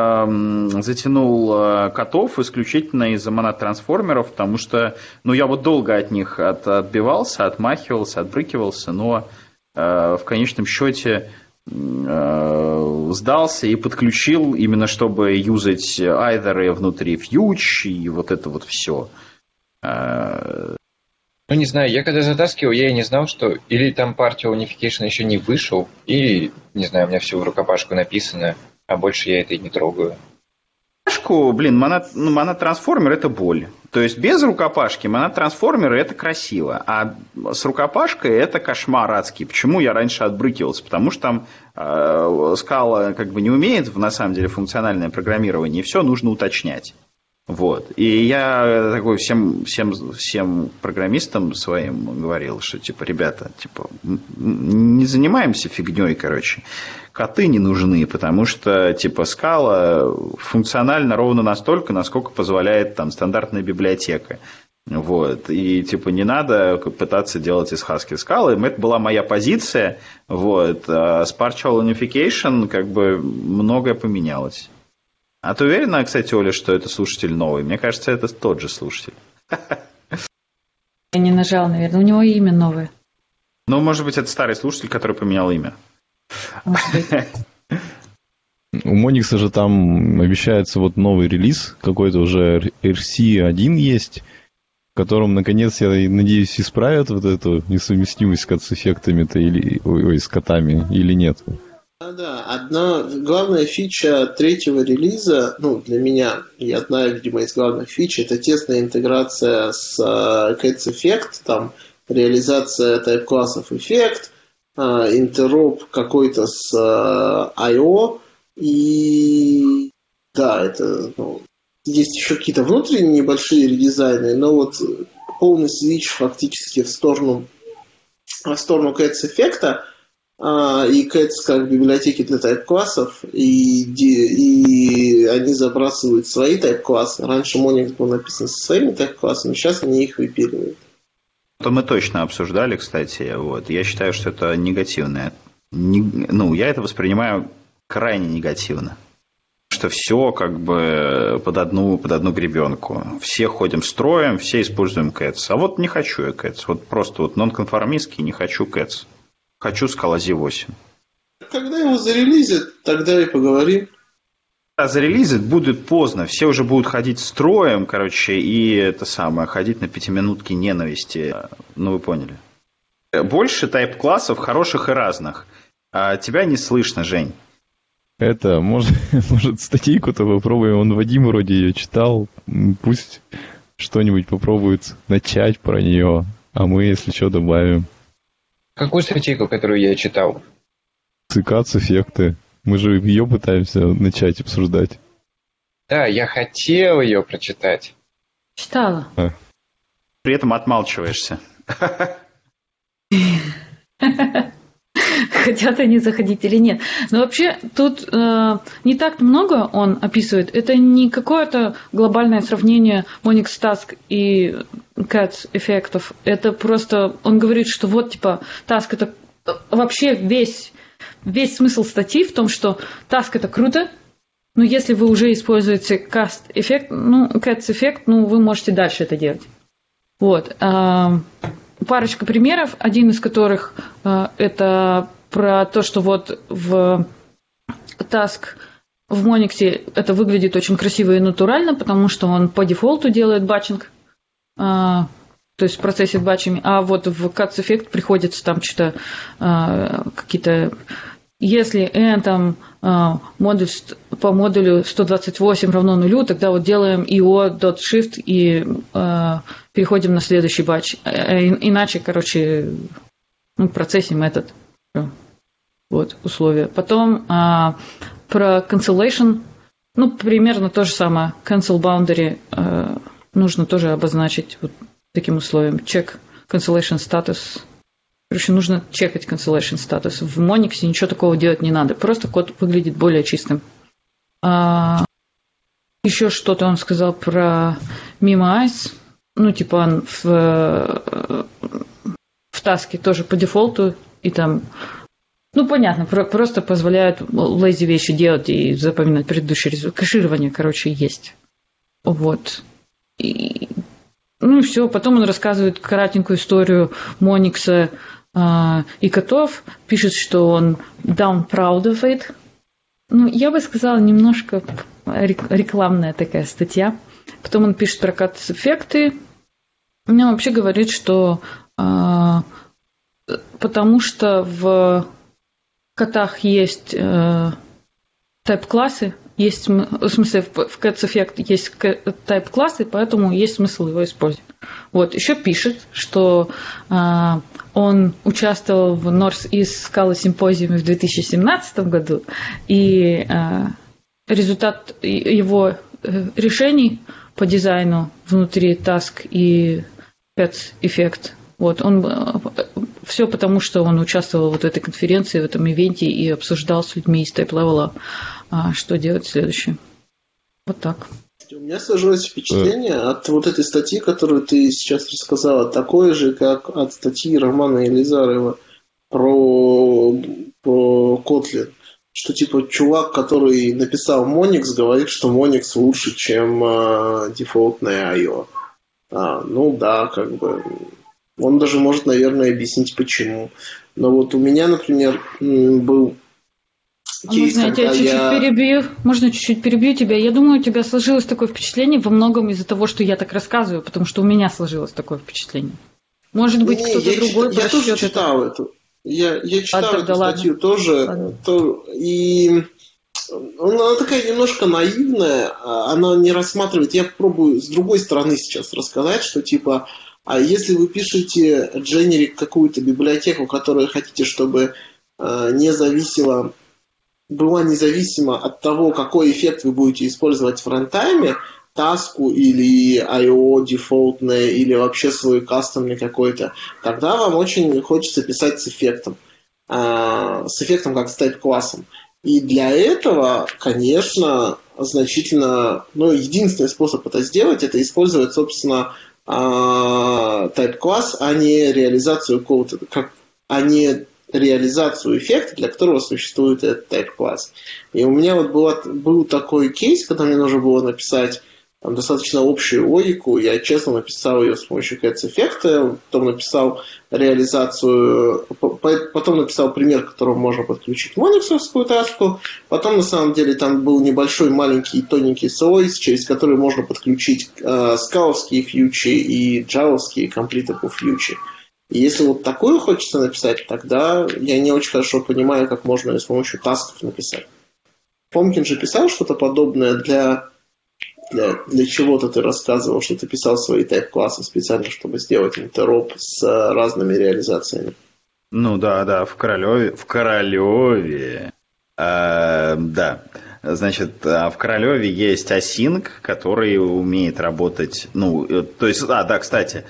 э, затянул э, котов исключительно из-за монотрансформеров, потому что, ну, я вот долго от них от, отбивался, отмахивался, отбрыкивался, но э, в конечном счете э, сдался и подключил именно, чтобы юзать айдеры внутри фьюч и вот это вот все. Э, Ну, не знаю, я когда затаскивал, я и не знал, что или там Partial Unification еще не вышел, или, не знаю, у меня все в рукопашку написано, а больше я это и не трогаю. Рукопашку, блин, моно, ну, монотрансформер – это боль. То есть без рукопашки монотрансформеры – это красиво, а с рукопашкой – это кошмар адский. Почему я раньше отбрыкивался? Потому что там э, скала как бы не умеет, на самом деле, функциональное программирование, и все нужно уточнять. Вот. И я такой всем, всем, всем программистам своим говорил, что типа, ребята, типа, не занимаемся фигней, короче. Коты не нужны, потому что типа скала функциональна ровно настолько, насколько позволяет там стандартная библиотека. Вот. И типа не надо пытаться делать из Haskell скалы. Это была моя позиция. Вот. А с Partial Unification как бы многое поменялось. А ты уверена, кстати, Оля, что это слушатель новый? Мне кажется, это тот же слушатель. Я не нажал, наверное. У него имя новое. Ну, может быть, это старый слушатель, который поменял имя. Может быть. У Monix же там обещается вот новый релиз. Какой-то уже эр си один есть, в котором, наконец, я надеюсь, исправят вот эту несовместимость с эффектами-то или ой, ой, с котами или нет. Да, да. Одна главная фича третьего релиза, ну, для меня, и одна, видимо, из главных фич, это тесная интеграция с uh, Cats Effect, там, реализация тайп-классов эффект, uh, интероп какой-то с uh, ай о, и да, это, ну, есть еще какие-то внутренние небольшие редизайны, но вот полный свич фактически в сторону, в сторону Cats Effect, и Cats как библиотеки для тайп-классов, и, и они забрасывают свои тайп-классы. Раньше Monix был написан со своими тайп-классами, сейчас они их выпиливают. Это мы точно обсуждали, кстати. Вот. Я считаю, что это негативное. Не, ну, я это воспринимаю крайне негативно. Что все как бы под одну, под одну гребенку. Все ходим строем, все используем Cats. А вот не хочу я Cats. Вот просто вот нонконформистский не хочу Cats. Хочу Scala зет восемь. Когда его зарелизят, тогда и поговорим. А зарелизят будет поздно. Все уже будут ходить строем, короче, и это самое, ходить на пятиминутки ненависти. Ну, вы поняли. Больше тайп-классов хороших и разных. А тебя не слышно, Жень. Это, может, может статейку-то попробуем. Он Вадим вроде ее читал. Пусть что-нибудь попробует начать про нее. А мы, если что, добавим. Какую статейку, которую я читал? Цикац эффекты. Мы же ее пытаемся начать обсуждать. Да, я хотел ее прочитать. Читала. А. При этом отмалчиваешься. Хотят они заходить или нет. Но вообще тут э, не так много он описывает. Это не какое-то глобальное сравнение Monix Task и Cats эффектов. Это просто он говорит, что вот типа Task это вообще весь, весь смысл статьи в том, что Task это круто, но если вы уже используете Cast эффект, ну, Cats эффект, ну, вы можете дальше это делать. Вот. Э, парочка примеров, один из которых э, это про то, что вот в Task в Monix это выглядит очень красиво и натурально, потому что он по дефолту делает батчинг, а, то есть процессит батчами, а вот в Cats Effect приходится там что-то а, какие-то... Если n там а, модуль по модулю сто двадцать восемь равно нулю, тогда вот делаем io.shift и а, переходим на следующий батч. А, иначе, короче, ну, процессим этот. Вот, условия. Потом а, про cancellation, ну, примерно то же самое. Cancel boundary а, нужно тоже обозначить вот таким условием. Check cancellation status. Короче, нужно чекать cancellation status. В Monix ничего такого делать не надо. Просто код выглядит более чистым. А, еще что-то он сказал про Mime-Eyes. Ну, типа он в, в таске тоже по дефолту и там, ну, понятно, про- просто позволяют lazy вещи делать и запоминать предыдущий результат. Кэширование, короче, есть. Вот. И, ну и все. Потом он рассказывает кратенькую историю Моникса э, и котов. Пишет, что он down proud of it. Ну, я бы сказала, немножко рекламная такая статья. Потом он пишет про кат-эффекты. Он вообще говорит, что э, потому что в котах есть э, тайп-классы, есть, в смысле, в, в Cats Effect есть тайп-классы, поэтому есть смысл его использовать. Вот. Еще пишет, что э, он участвовал в North-East Scala симпозиуме в две тысячи семнадцатом году, и э, результат его решений по дизайну внутри Task и Cats Effect. Вот, он, все потому, что он участвовал вот в этой конференции, в этом ивенте и обсуждал с людьми из тайп-левела, что делать следующее. Вот так. У меня сложилось впечатление от вот этой статьи, которую ты сейчас рассказала, такое же, как от статьи Романа Елизарова про, про Kotlin. Что типа чувак, который написал Monix, говорит, что Monix лучше, чем э, дефолтная ай о. А, ну да, как бы... Он даже может, наверное, объяснить, почему. Но вот у меня, например, был кейс, Можно я тебя чуть-чуть я... перебью? Можно чуть-чуть перебью тебя? Я думаю, у тебя сложилось такое впечатление во многом из-за того, что я так рассказываю, потому что у меня сложилось такое впечатление. Может быть, не, кто-то я другой чит... Я тоже это. читал эту. Я, я читал а, эту статью ладно. тоже, то, и она такая немножко наивная, она не рассматривает, я попробую с другой стороны сейчас рассказать, что типа, а если вы пишете дженерик какую-то библиотеку, которую хотите, чтобы э, не зависела, была независима от того, какой эффект вы будете использовать в рантайме, таску или ай о дефолтное, или вообще свой кастомный какой-то, тогда вам очень хочется писать с эффектом. Э, с эффектом как с тайп-классом. И для этого, конечно, значительно, ну, единственный способ это сделать, это использовать, собственно, type-класс, а не реализацию какого-то, как, а не реализацию эффекта, для которого существует этот type-класс. И у меня вот была, был такой кейс, когда мне нужно было написать там, достаточно общую логику. Я честно написал ее с помощью кэтс-эффекта, потом написал реализацию, потом написал пример, к которому можно подключить мониксовскую таску, потом на самом деле там был небольшой маленький тоненький слой, через который можно подключить э, скаловские фьючи и джавовские completable фьючи. И если вот такую хочется написать, тогда я не очень хорошо понимаю, как можно с помощью тасков написать. Фомкин же писал что-то подобное для Для, для чего-то ты рассказывал, что ты писал свои тайп-классы специально, чтобы сделать интероп с разными реализациями. Ну да, да, в Королеве. В Королеве. Э, да. Значит, в Королеве есть async, который умеет работать. Ну, то есть, а, да, кстати,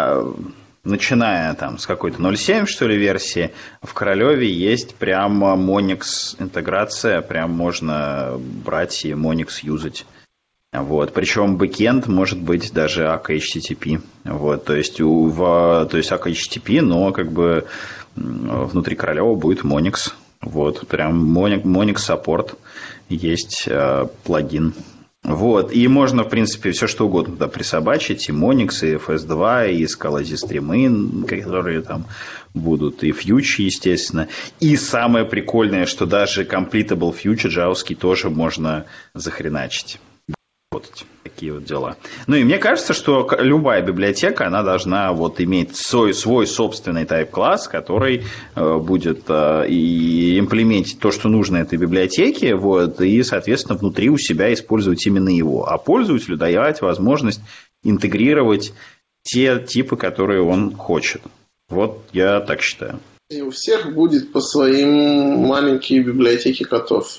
начиная там с какой-то ноль семь, что ли, версии, в Королеве есть прямо Monix интеграция, прям можно брать и Monix юзать. Вот. Причем бэкенд может быть даже эй си эйч ти ти пи. Вот. То есть, у, в, то есть эй си эйч ти ти пи, но как бы внутри Королева будет Monix. Вот. Прям Monix, Monix Support есть э, плагин. Вот. И можно, в принципе, все что угодно туда присобачить. И Monix, и эф эс два, и Scala стримы, которые там будут, и фьючи, естественно. И самое прикольное, что даже completable фьючи джавовский тоже можно захреначить. Такие вот дела. Ну и мне кажется, что любая библиотека, она должна вот иметь свой, свой собственный тайп-класс, который э, будет э, и имплементить то, что нужно этой библиотеке, вот, и, соответственно, внутри у себя использовать именно его. А пользователю давать возможность интегрировать те типы, которые он хочет. Вот я так считаю. И у всех будет по своим маленькие библиотеки котов.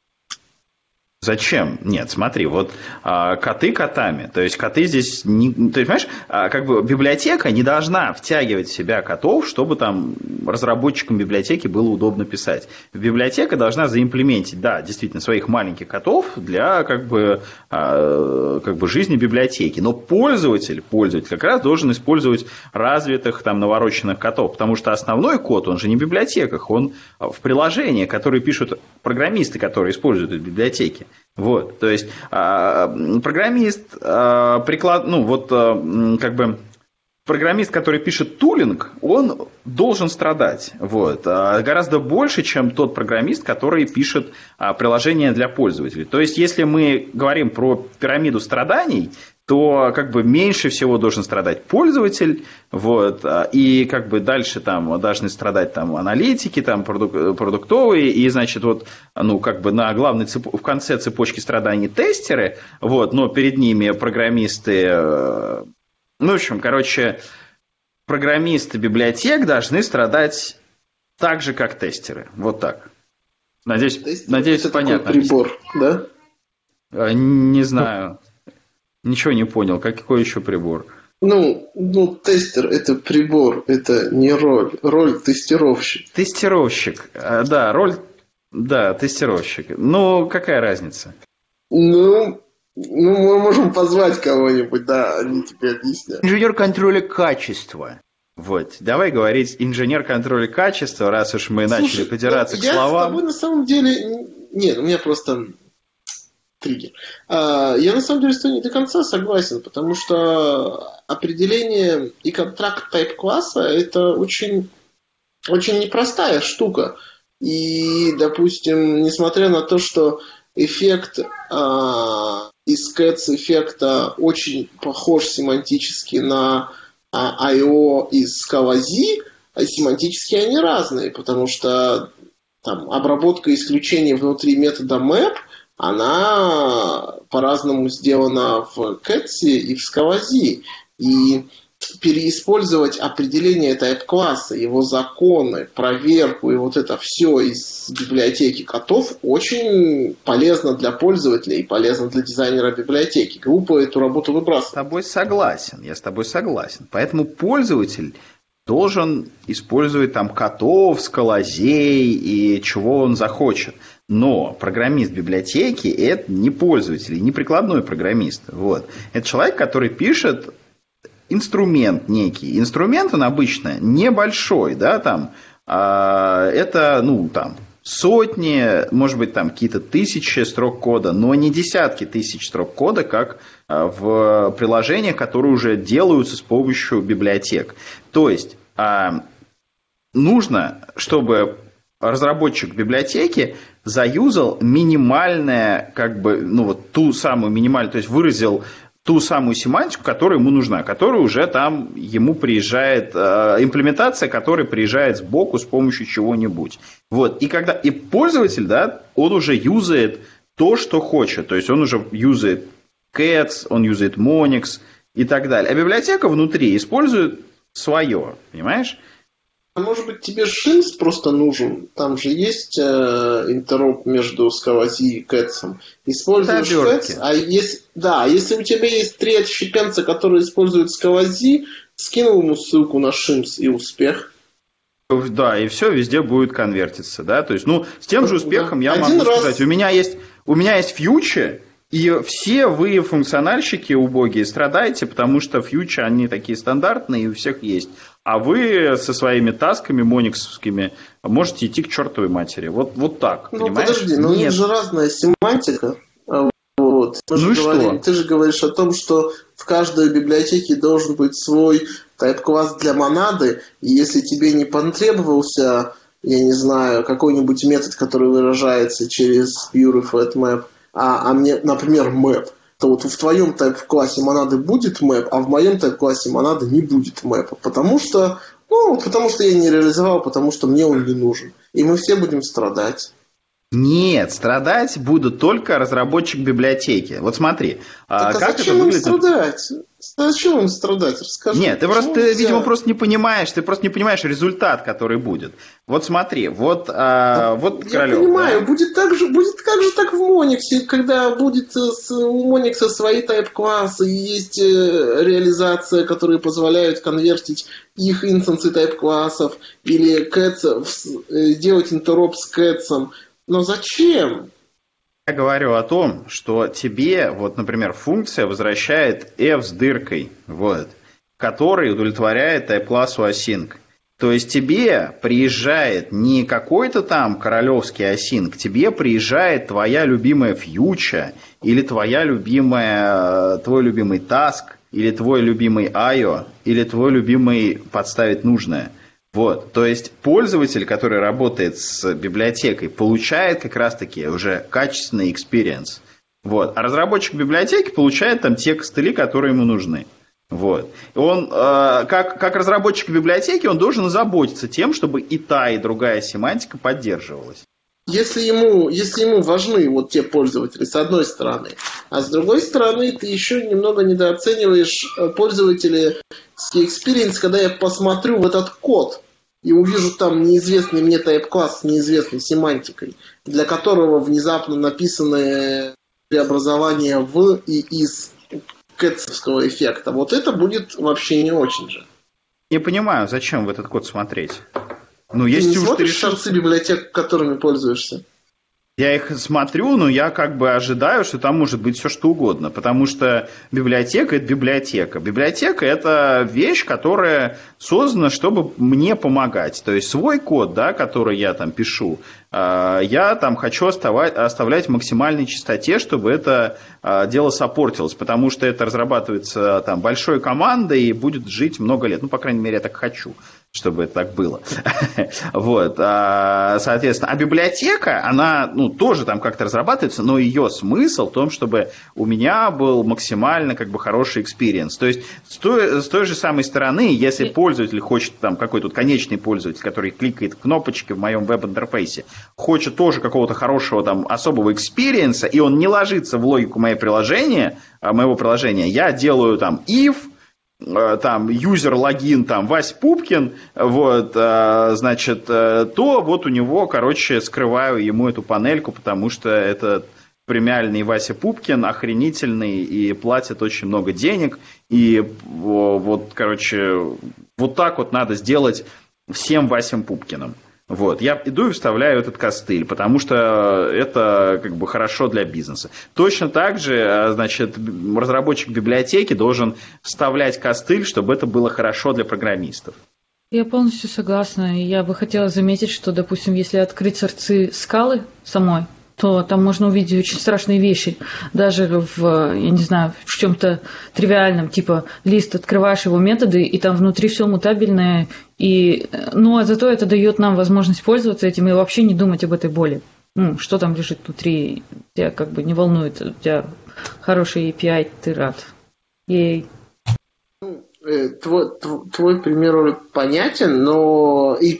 Зачем? Нет, смотри, вот а, коты котами. То есть коты здесь не. Ты понимаешь, а, как бы библиотека не должна втягивать в себя котов, чтобы там разработчикам библиотеки было удобно писать. Библиотека должна заимплементить, да, действительно, своих маленьких котов для как бы, а, как бы жизни библиотеки. Но пользователь, пользователь как раз должен использовать развитых там навороченных котов, потому что основной код, он же не в библиотеках, он в приложении, которые пишут программисты, которые используют эти библиотеки. Вот, то есть программист, приклад, ну вот как бы программист, который пишет тулинг, он должен страдать, вот, гораздо больше, чем тот программист, который пишет приложение для пользователей. То есть, если мы говорим про пирамиду страданий, то как бы меньше всего должен страдать пользователь, вот, и как бы дальше там должны страдать там аналитики, там продуктовые, и значит вот, ну как бы на главной цеп... в конце цепочки страданий тестеры, вот, но перед ними программисты, ну в общем, короче, программисты библиотек должны страдать так же, как тестеры, вот так. Надеюсь, Тестер, надеюсь, это понятно. Такой прибор, да? Не знаю. Ничего не понял. Какой еще прибор? Ну, ну, тестер – это прибор, это не роль. Роль тестировщик. Тестировщик. Да, роль, да, тестировщик. Ну, какая разница? Ну, ну, мы можем позвать кого-нибудь, да, они тебе объяснят. Инженер контроля качества. Вот, давай говорить инженер контроля качества, раз уж мы Слушай, начали подираться ну, к я словам. Я с тобой на самом деле... Нет, у меня просто... триггер. Я на самом деле с тобой не до конца согласен, потому что определение и контракт тайп-класса это очень, очень непростая штука. И, допустим, несмотря на то, что эффект а, из кэтс-эффекта очень похож семантически на а, ай о из Scala, а семантически они разные, потому что там обработка исключений внутри метода map, она по-разному сделана в Кэтсе и в Scalaz. И переиспользовать определение type-класса, его законы, проверку и вот это все из библиотеки котов очень полезно для пользователя и полезно для дизайнера библиотеки. Глупо эту работу выбрасывать. Я с тобой согласен, я с тобой согласен. Поэтому пользователь должен использовать там котов, скалозей и чего он захочет. Но программист библиотеки – это не пользователь, не прикладной программист. Вот. Это человек, который пишет инструмент некий. Инструмент он обычно небольшой, да, там, а, это, ну, там, сотни, может быть, там какие-то тысячи строк кода, но не десятки тысяч строк кода, как а, в приложениях, которые уже делаются с помощью библиотек. То есть а, нужно, чтобы разработчик библиотеки заюзал минимальное, как бы, ну, вот ту самую минимальную, то есть выразил ту самую семантику, которая ему нужна, которая уже там ему приезжает, э, имплементация, которая приезжает сбоку с помощью чего-нибудь. Вот. И когда и пользователь, да, он уже юзает то, что хочет. То есть он уже юзает Cats, он юзает Monix и так далее. А библиотека внутри использует свое, понимаешь? А может быть, тебе Shins просто нужен? Там же есть э, интероп между Scalaz и Cats. Используешь Cats, а если, да, если у тебя есть три отщепенца, которые используют Scalaz, скинул ему ссылку на Shins и успех. Да, и все везде будет конвертиться, да, то есть, ну, с тем же успехом да. я Один могу раз... сказать, у меня есть, у меня есть фьючи, и все вы, функциональщики убогие, страдаете, потому что фьючи, они такие стандартные, и у всех есть. А вы со своими тасками мониксовскими можете идти к чертовой матери. Вот, вот так, ну, понимаешь? Подожди, но у них же разная семантика. Вот. Ну и говорили, что? Ты же говоришь о том, что в каждой библиотеке должен быть свой type-класс для монады, и если тебе не потребовался, я не знаю, какой-нибудь метод, который выражается через pure.map, а, а мне, например, map, то вот в твоем type-классе монады будет map, а в моем type-классе монады не будет map, потому что, ну, потому что я не реализовал, потому что мне он не нужен. И мы все будем страдать. Нет, страдать будут только разработчик библиотеки. Вот смотри, так, а как зачем это им выглядит? страдать? Зачем им страдать? Расскажи. Нет, ты просто, ты, видимо, просто не понимаешь, ты просто не понимаешь результат, который будет. Вот смотри, вот, а, вот я Королёв. Я понимаю, да? будет так же, будет как же так в Мониксе, когда будет с, у Моникса свои тайп-классы, и есть э, реализация, которые позволяют конвертить их инстансы тайп-классов, или Cats, э, делать интероп с Cats. Но зачем? Я говорю о том, что тебе, вот, например, функция возвращает f с дыркой, вот, который удовлетворяет type-классу async. То есть тебе приезжает не какой-то там королевский async, тебе приезжает твоя любимая фьюча, или твоя любимая, твой любимый task, или твой любимый ай о, или твой любимый подставить нужное. Вот, то есть пользователь, который работает с библиотекой, получает как раз-таки уже качественный experience. Вот. А разработчик библиотеки получает там те костыли, которые ему нужны. Вот. И он, э, как, как разработчик библиотеки, он должен заботиться тем, чтобы и та, и другая семантика поддерживалась. Если ему, если ему важны вот те пользователи, с одной стороны, а с другой стороны, ты еще немного недооцениваешь пользователей experience, когда я посмотрю в этот код и увижу там неизвестный мне type-класс с неизвестной семантикой, для которого внезапно написаны преобразования в и из кэтсовского эффекта. Вот это будет вообще не очень же. Не понимаю, зачем в этот код смотреть? Ну, ты если не уж смотришь ты решил... шарцы библиотек, которыми пользуешься? Я их смотрю, но я как бы ожидаю, что там может быть все что угодно, потому что библиотека – это библиотека. Библиотека – это вещь, которая создана, чтобы мне помогать. То есть свой код, да, который я там пишу, я там хочу оставать, оставлять в максимальной чистоте, чтобы это дело саппортилось, потому что это разрабатывается там большой командой и будет жить много лет. Ну, по крайней мере, я так хочу, чтобы это так было. Вот. Соответственно, а библиотека, она ну, тоже там как-то разрабатывается, но ее смысл в том, чтобы у меня был максимально как бы хороший экспириенс. То есть с той, с той же самой стороны, если пользователь хочет, там какой-то конечный пользователь, который кликает кнопочки в моем веб-интерфейсе, хочет тоже какого-то хорошего там особого экспириенса, и он не ложится в логику моего приложения, моего приложения, я делаю там if, там юзер логин там Вась Пупкин, вот, значит, то вот у него, короче, скрываю ему эту панельку, потому что это премиальный Вася Пупкин, охренительный, и платит очень много денег, и вот, короче, вот так вот надо сделать всем Васям Пупкиным. Вот. Я иду и вставляю этот костыль, потому что это как бы хорошо для бизнеса. Точно так же, значит, разработчик библиотеки должен вставлять костыль, чтобы это было хорошо для программистов. Я полностью согласна. Я бы хотела заметить, что, допустим, если открыть сорцы скалы самой, то там можно увидеть очень страшные вещи. Даже в, я не знаю, в чем-то тривиальном, типа лист, открываешь его методы, и там внутри все мутабельное. И, ну, а зато это дает нам возможность пользоваться этим и вообще не думать об этой боли. Ну, что там лежит внутри, тебя как бы не волнует, у тебя хороший эй пи ай, ты рад. Ей. Твой, твой, твой пример понятен, но эй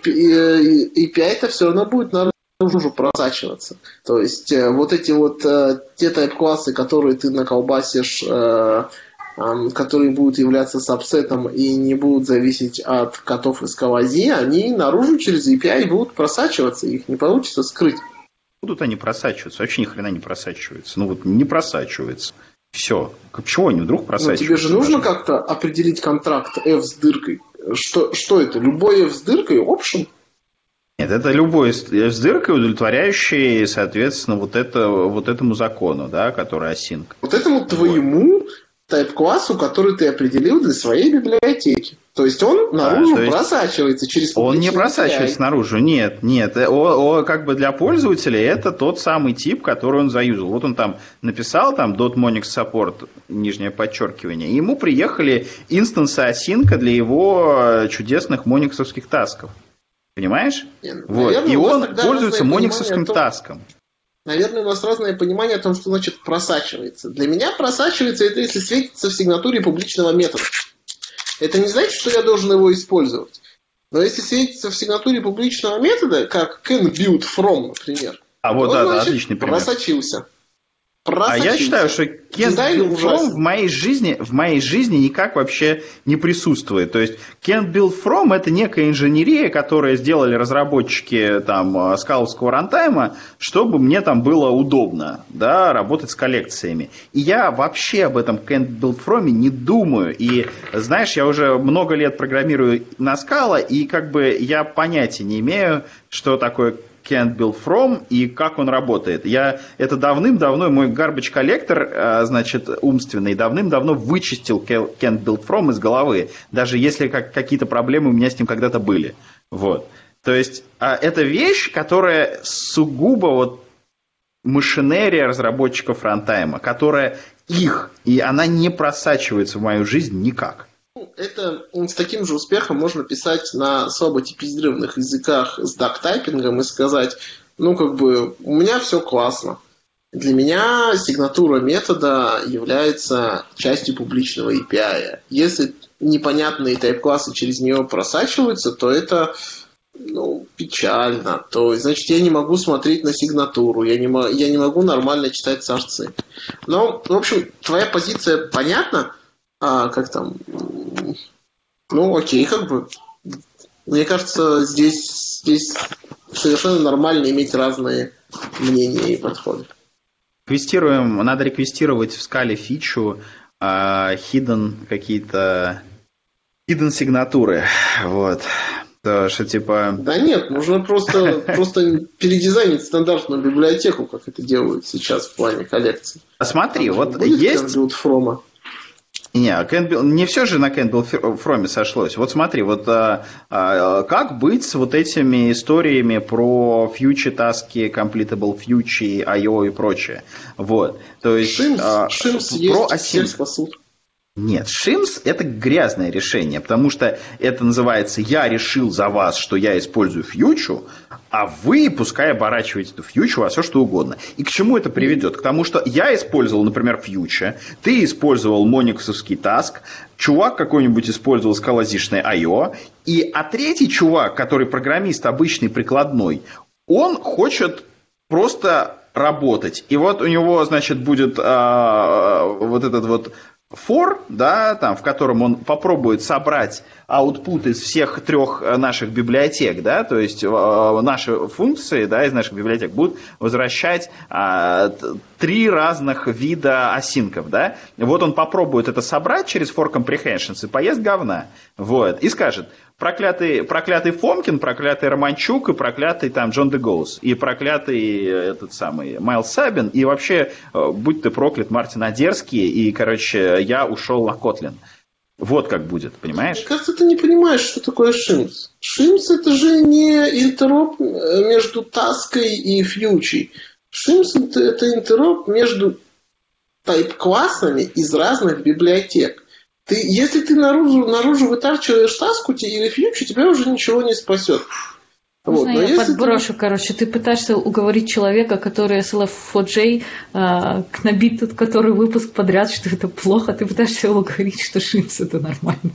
пи ай-то все равно будет наружу наружу просачиваться. То есть э, вот эти вот э, те тайп-классы, которые ты наколбасишь, э, э, которые будут являться сабсетом и не будут зависеть от котов из Кавази, они наружу через эй пи ай будут просачиваться, их не получится скрыть. Будут они просачиваться? Вообще ни хрена не просачиваются. Ну вот не просачивается. Все. Почему они вдруг просачиваются? Ну, тебе же нужно даже как-то определить контракт F с дыркой. Что, что это? Любой F с дыркой option? Нет, это любой с дыркой, удовлетворяющий, соответственно, вот, это, вот этому закону, да, который async. Вот этому твоему тайп-классу, который ты определил для своей библиотеки. То есть он наружу да, просачивается через Он не просачивается наружу, нет, нет. О, о, как бы для пользователя это тот самый тип, который он заюзал. Вот он там написал там .monix support, нижнее подчеркивание, и ему приехали инстансы async для его чудесных мониксовских тасков. Понимаешь? Нет, вот. Наверное, и он пользуется мониксовским том, таском. Наверное, у нас разное понимание о том, что значит просачивается. Для меня просачивается это если светится в сигнатуре публичного метода. Это не значит, что я должен его использовать. Но если светится в сигнатуре публичного метода, как can build from, например, а вот, то, да, значит, отличный пример. Просочился. А я считаю, что Can't Build From в моей жизни, в моей жизни никак вообще не присутствует. То есть Can't Build From это некая инженерия, которую сделали разработчики там скаловского рантайма, чтобы мне там было удобно, да, работать с коллекциями. И я вообще об этом Can't Build From не думаю. И знаешь, я уже много лет программирую на Scala, и как бы я понятия не имею, что такое Can't Build From и как он работает. Я это давным-давно, мой garbage коллектор, значит, умственный, давным-давно вычистил Can't Build From из головы, даже если как, какие-то проблемы у меня с ним когда-то были. Вот. То есть это вещь, которая сугубо вот машинерия разработчиков фронтайма, которая их, и она не просачивается в мою жизнь никак. Это с таким же успехом можно писать на слабо типизированных языках с дактайпингом и сказать, ну, как бы, у меня все классно. Для меня сигнатура метода является частью публичного эй пи ай. Если непонятные тайп-классы через нее просачиваются, то это, ну, печально. То, значит, я не могу смотреть на сигнатуру, я не, мо- я не могу нормально читать сорцы. Но, в общем, твоя позиция понятна. А, как там? Ну, окей, как бы. Мне кажется, здесь, здесь совершенно нормально иметь разные мнения и подходы. Реквестируем, надо реквестировать в скале фичу uh, hidden какие-то hidden сигнатуры. Вот. То, что типа... Да нет, нужно просто, просто передизайнить стандартную библиотеку, как это делают сейчас в плане коллекций. А смотри, там вот будет есть... Не, Campbell, не все же на Campbell Фроме сошлось. Вот смотри, вот а, а, как быть с вот этими историями про фьючи, таски, completable фьючи, ай о и прочее. Вот. То есть Шимс, а, Шимс про есть Async. Нет, Шимс – это грязное решение, потому что это называется «я решил за вас, что я использую фьючу», а вы пускай оборачиваете эту фьючу во все что угодно. И к чему это приведет? К тому, что я использовал, например, фьюча, ты использовал мониксовский таск, чувак какой-нибудь использовал скалазишный ай о, и, а третий чувак, который программист обычный, прикладной, он хочет просто работать. И вот у него, значит, будет а, вот этот вот for, да, там, в котором он попробует собрать аутпут из всех трех наших библиотек, да, то есть э, наши функции, да, из наших библиотек будут возвращать э, три разных вида асинков, да. Вот он попробует это собрать через for comprehensions и поест говна, вот, и скажет: проклятый, проклятый Фомкин, проклятый Романчук и проклятый там Джон де Гоус, и проклятый этот самый Майлз Сабин, и вообще, будь ты проклят, Мартин Одерский, и, короче, я ушел на Kotlin. Вот как будет, понимаешь? Мне кажется, ты не понимаешь, что такое Шимс. Шимс это же не интероп между таской и фьючей. Шимс это, это интероп между тайп-классами из разных библиотек. Ты, если ты наружу, наружу вытарчиваешь таску или фьючу, тебя уже ничего не спасет. Вот. Я подброшу, ты... короче, ты пытаешься уговорить человека, который эс эл эф фор джей, э, набит тут который выпуск подряд, что это плохо, ты пытаешься его уговорить, что Шимс это нормально.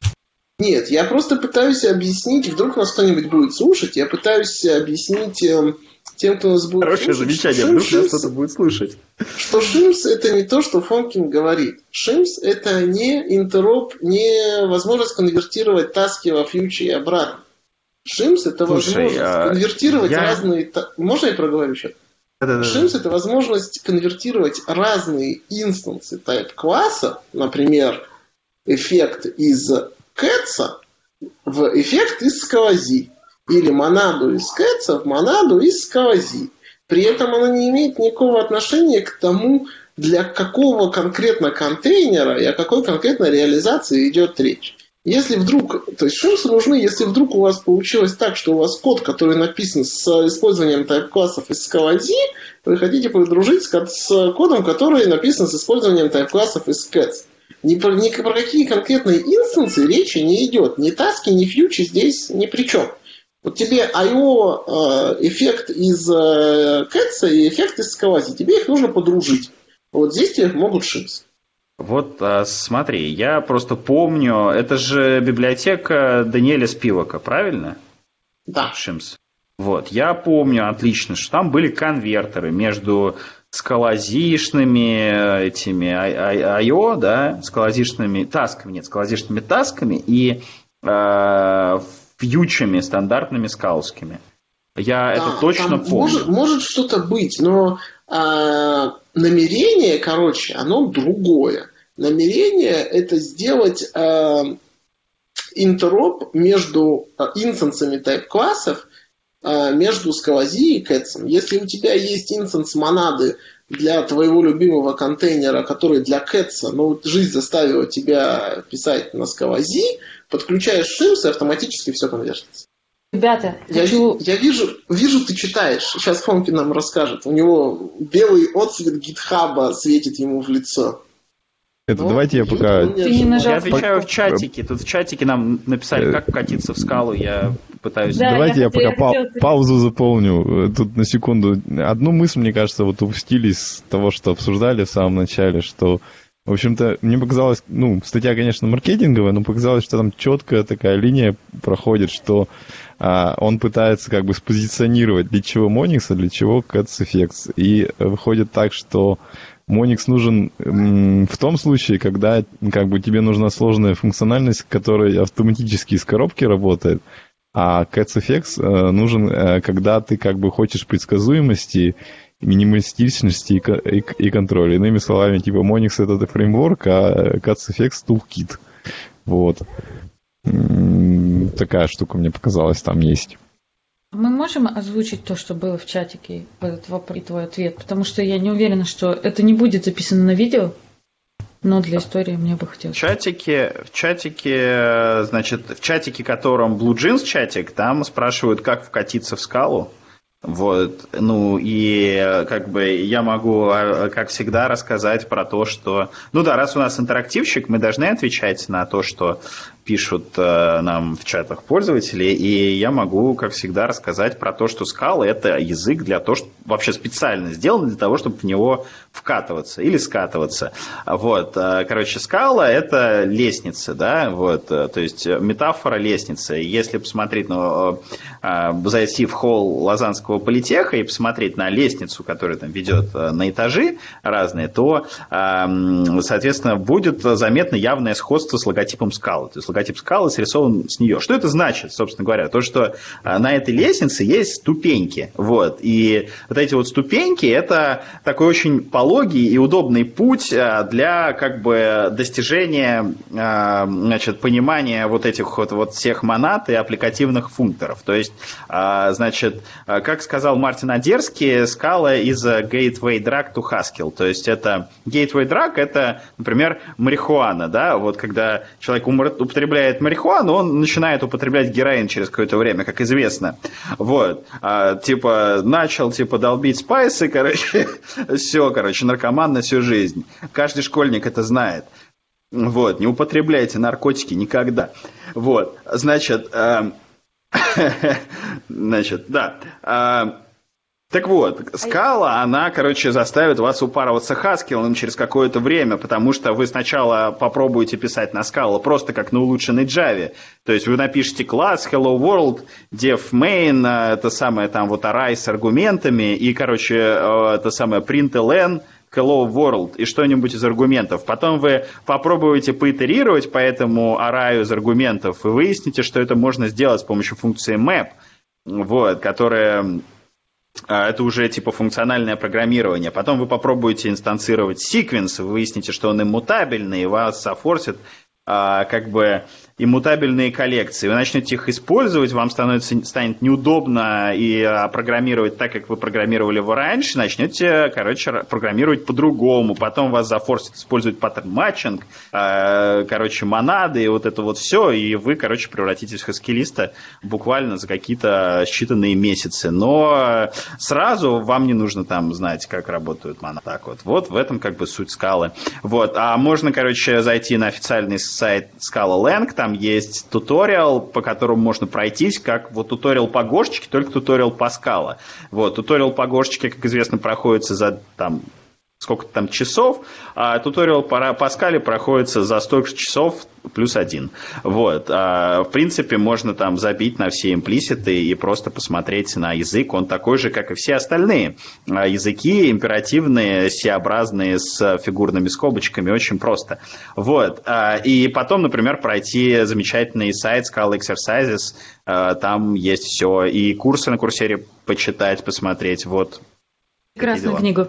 Нет, я просто пытаюсь объяснить, вдруг нас кто-нибудь будет слушать, я пытаюсь объяснить э, тем, кто нас будет Хорошее слушать. Хорошее замечание, вдруг нас кто-то будет слушать. Что Шимс это не то, что Фомкин говорит. Шимс это не интероп, не возможность конвертировать таски во фьючи и обратно. Шимс это Слушай, возможность а... конвертировать я... разные... Можно я проговорю сейчас? Да-да-да. Шимс это возможность конвертировать разные инстансы тайп-класса, например, эффект из Cats в эффект из Scalaz, или монаду из Cats в монаду из Scalaz. При этом она не имеет никакого отношения к тому, для какого конкретно контейнера и о какой конкретной реализации идет речь. Если вдруг, то есть шимсы нужны, если вдруг у вас получилось так, что у вас код, который написан с использованием тайп-классов из Scalaz, вы хотите подружить с кодом, который написан с использованием тайп-классов из Cats. Ни про, ни про какие конкретные инстансы речи не идет. Ни таски, ни фьючи здесь ни при чем. Вот тебе ай о эффект из Cats и эффект из Scalaz. Тебе их нужно подружить. Вот здесь тебе могут шимсы. Вот смотри, я просто помню, это же библиотека Даниэля Спивака, правильно? Да. Шимс. Вот, я помню отлично, что там были конвертеры между скалазишными этими ай о, да, скалазишными тасками, нет, скалазишными тасками и э, фьючами стандартными скалскими. Я да, это точно помню. Может, может что-то быть, но э, намерение, короче, оно другое. Намерение это сделать э, интероп между э, инстансами тайп-классов, э, между Scalaz и Cats. Если у тебя есть инстанс монады для твоего любимого контейнера, который для Cats, но жизнь заставила тебя писать на Scalaz, подключаешь шимс, и автоматически все конвертится. Ребята, я, хочу... я вижу, вижу, ты читаешь. Сейчас Фомкин нам расскажет. У него белый отцвет гитхаба светит ему в лицо. Это ну, давайте я пока... Ты не нажал. Я отвечаю в чатике. Тут в чатике нам написали, как катиться в скалу. Я пытаюсь... Да, давайте я, я пока па- хотел... паузу заполню. Тут на секунду. Одну мысль, мне кажется, вот упустили из того, что обсуждали в самом начале, что, в общем-то, мне показалось, ну, статья, конечно, маркетинговая, но показалось, что там четкая такая линия проходит, что а, он пытается как бы спозиционировать, для чего Monix, а для чего Cats Effects. И выходит так, что Monix нужен в том случае, когда как бы тебе нужна сложная функциональность, которая автоматически из коробки работает, а Cats Effects нужен, когда ты как бы хочешь предсказуемости, минималистичности и, и, и контроля. Иными словами, типа Monix это фреймворк, а Cats Effects toolkit. Вот. Такая штука мне показалась там есть. Мы можем озвучить то, что было в чатике, этот вопрос и твой ответ, потому что я не уверена, что это не будет записано на видео. но для истории мне бы хотелось. В чатике, в чатике, значит, в чатике, котором BlueJeans чатик, там спрашивают, как вкатиться в скалу. Вот, ну и как бы я могу, как всегда, рассказать про то, что... Ну да, раз у нас интерактивщик, мы должны отвечать на то, что пишут нам в чатах пользователи, и я могу, как всегда, рассказать про то, что Scala – это язык для того, что вообще специально сделан для того, чтобы в него вкатываться или скатываться. Вот, короче, Scala – это лестница, да, вот, то есть метафора лестницы. Если посмотреть, ну, зайти в холл Лозаннского политеха и посмотреть на лестницу, которая там ведет на этажи разные, то, соответственно, будет заметно явное сходство с логотипом Scala. То есть логотип Scala срисован с нее. Что это значит, собственно говоря? То, что на этой лестнице есть ступеньки. Вот. И вот эти вот ступеньки – это такой очень пологий и удобный путь для как бы достижения, значит, понимания вот этих вот, вот всех монад и аппликативных функторов. То есть, значит, как сказал Мартин Одерский, Scala is a gateway drug to Haskell. То есть это gateway drug – это, например, марихуана. Да? Вот когда человек употребляет марихуану, он начинает употреблять героин через какое-то время, как известно. Вот. А, типа, начал типа долбить спайсы, короче, все, короче, наркоман на всю жизнь. Каждый школьник это знает. Вот. Не употребляйте наркотики никогда. Вот. Значит, э, значит, да. Э, Так вот, Scala, она, короче, заставит вас упарываться Haskell через какое-то время, потому что вы сначала попробуете писать на Scala просто как на улучшенной Java. То есть вы напишите класс Hello World, def main, это самое там вот array с аргументами, и, короче, это самое println, Hello World и что-нибудь из аргументов. Потом вы попробуете поитерировать по этому array из аргументов и выясните, что это можно сделать с помощью функции map, вот, которая... Это уже типа функциональное программирование. Потом вы попробуете инстанцировать sequence, вы выясните, что он иммутабельный, и вас зафорсит а, как бы иммутабельные коллекции. Вы начнете их использовать, вам становится, станет неудобно и программировать так, как вы программировали его раньше, начнете, короче, программировать по-другому. Потом вас зафорсит использовать паттерн матчинг, а, короче, монады и вот это вот все, и вы, короче, превратитесь в хаскелиста буквально за какие-то считанные месяцы. Но сразу вам не нужно там знать, как работают монады. Так вот. Вот в этом как бы суть Scala. Вот. А можно, короче, зайти на официальный сайт Scala.lang, там есть туториал, по которому можно пройтись, как вот туториал по Гошечке, только туториал по Scala. Вот. Туториал по Гошечке, как известно, проходится за там сколько-то там часов, а туториал по Паскале проходится за столько часов плюс один. Вот. А, в принципе, можно там забить на все имплиситы и просто посмотреть на язык. Он такой же, как и все остальные а, языки, императивные, C-образные, с фигурными скобочками, очень просто. Вот. А, и потом, например, пройти замечательный сайт Scala Exercises, а, там есть все. И курсы на Курсере почитать, посмотреть. Вот. Красную книгу.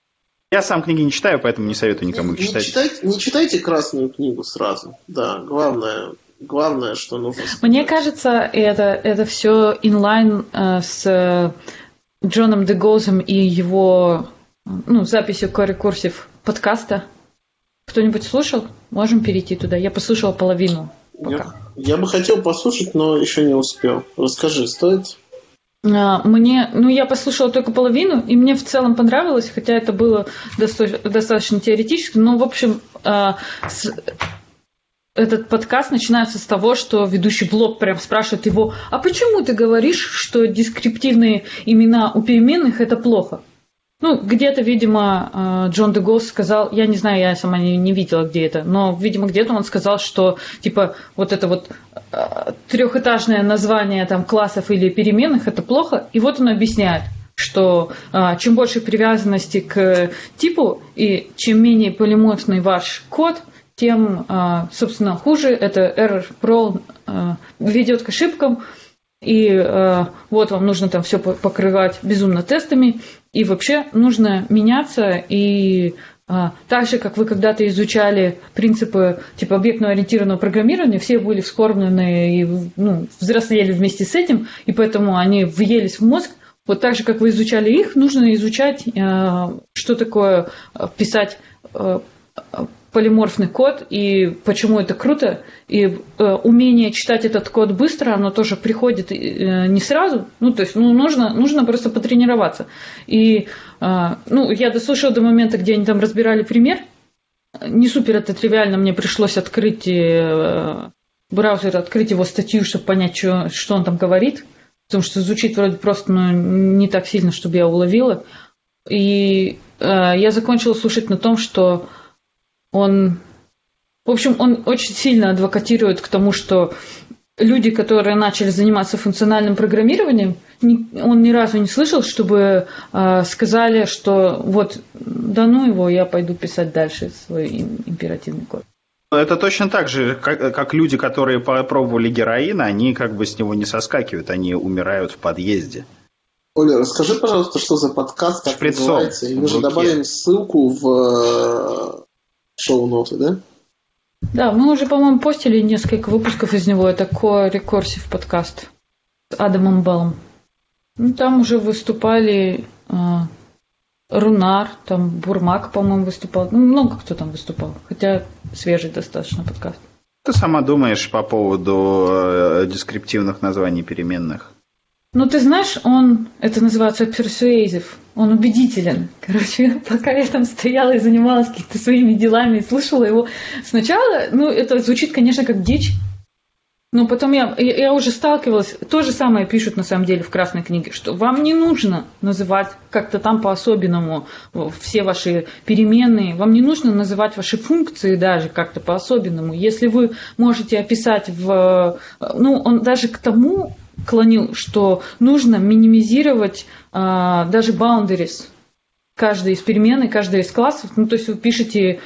Я сам книги не читаю, поэтому не советую никому их не, читать. Не читайте, не читайте красную книгу сразу. Да, главное, главное, что нужно сказать. Мне кажется, это, это все инлайн э, с Джоном Дегозом и его ну, записью Core Cursive подкаста. Кто-нибудь слушал? Можем перейти туда. Я послушала половину пока. Я, я бы хотел послушать, но еще не успел. Расскажи, стоит? Мне, ну, я послушала только половину, и мне в целом понравилось, хотя это было достаточно, достаточно теоретически, но, в общем, с, этот подкаст начинается с того, что ведущий блог прям спрашивает его, а почему ты говоришь, что дескриптивные имена у переменных – это плохо? Ну, где-то, видимо, Джон Дегос сказал, я не знаю, я сама не, не видела, где это, но, видимо, где-то он сказал, что, типа, вот это вот трехэтажное название там классов или переменных – это плохо, и вот он объясняет, что а, чем больше привязанности к типу и чем менее полиморфный ваш код, тем, а, собственно, хуже это error-prone а, ведет к ошибкам, и а, вот вам нужно там все покрывать безумно тестами, и вообще нужно меняться, и а, так же, как вы когда-то изучали принципы типа объектно-ориентированного программирования, все были вскормлены и ну, взрослели вместе с этим, и поэтому они въелись в мозг. Вот так же, как вы изучали их, нужно изучать, а, что такое писать а, полиморфный код, и почему это круто, и э, умение читать этот код быстро, оно тоже приходит э, не сразу, ну, то есть, ну, нужно, нужно просто потренироваться. И, э, ну, я дослушала до момента, где они там разбирали пример, не супер это тривиально, мне пришлось открыть э, браузер, открыть его статью, чтобы понять, что, что он там говорит, потому что звучит вроде просто, но не так сильно, чтобы я уловила. И э, я закончила слушать на том, что он, в общем, он очень сильно адвокатирует к тому, что люди, которые начали заниматься функциональным программированием, ни, он ни разу не слышал, чтобы э, сказали, что вот, да ну его, я пойду писать дальше свой императивный код. Это точно так же, как, как люди, которые попробовали героин, они как бы с него не соскакивают, они умирают в подъезде. Оля, расскажи, пожалуйста, что за подкаст, как Шприцом называется, и мы же добавим ссылку в шоу-ноты, да? Да, мы уже, по-моему, постили несколько выпусков из него. Это Co-Recursive подкаст с Адамом Беллом. Ну, там уже выступали э, Рунар, там Бурмак, по-моему, выступал. Ну, много кто там выступал. Хотя свежий достаточно подкаст. Ты сама думаешь по поводу э, дескриптивных названий переменных? Ну, ты знаешь, он, это называется persuasive, он убедителен. Короче, пока я там стояла и занималась какими-то своими делами и слушала его сначала, ну, это звучит, конечно, как дичь. Но потом я, я уже сталкивалась, то же самое пишут на самом деле в Красной книге, что вам не нужно называть как-то там по-особенному все ваши переменные, вам не нужно называть ваши функции даже как-то по-особенному. Если вы можете описать в... Ну, он даже к тому клонил, что нужно минимизировать а, даже boundaries каждой из переменной, каждой из классов. Ну, то есть вы пишете,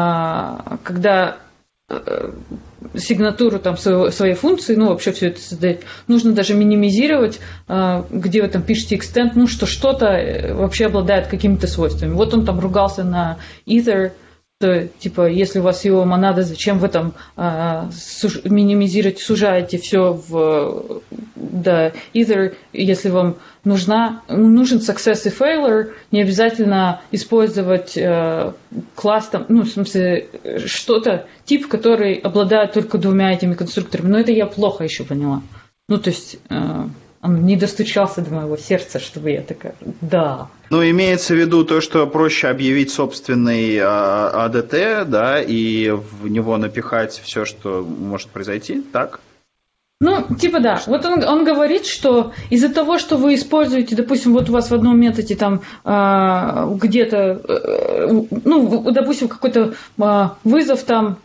а, когда а, сигнатуру там, своего, своей функции, ну, вообще все это создать, нужно даже минимизировать, а, где вы там пишете extend, ну, что что-то вообще обладает какими-то свойствами. Вот он там ругался на either, то, типа, если у вас его монада, зачем вы там а, суж, минимизируете, сужаете все в да, either, если вам нужна, нужен success и failure, не обязательно использовать э, класс, там, ну, в смысле, что-то, тип, который обладает только двумя этими конструкторами. Но это я плохо еще поняла. Ну, то есть... Э, он не достучался до моего сердца, чтобы я такая, да. Ну, имеется в виду то, что проще объявить собственный а дэ тэ, да, и в него напихать все, что может произойти, так? Ну, типа да. Вот он, он говорит, что из-за того, что вы используете, допустим, вот у вас в одном методе там а, где-то, а, ну, допустим, какой-то а, вызов там,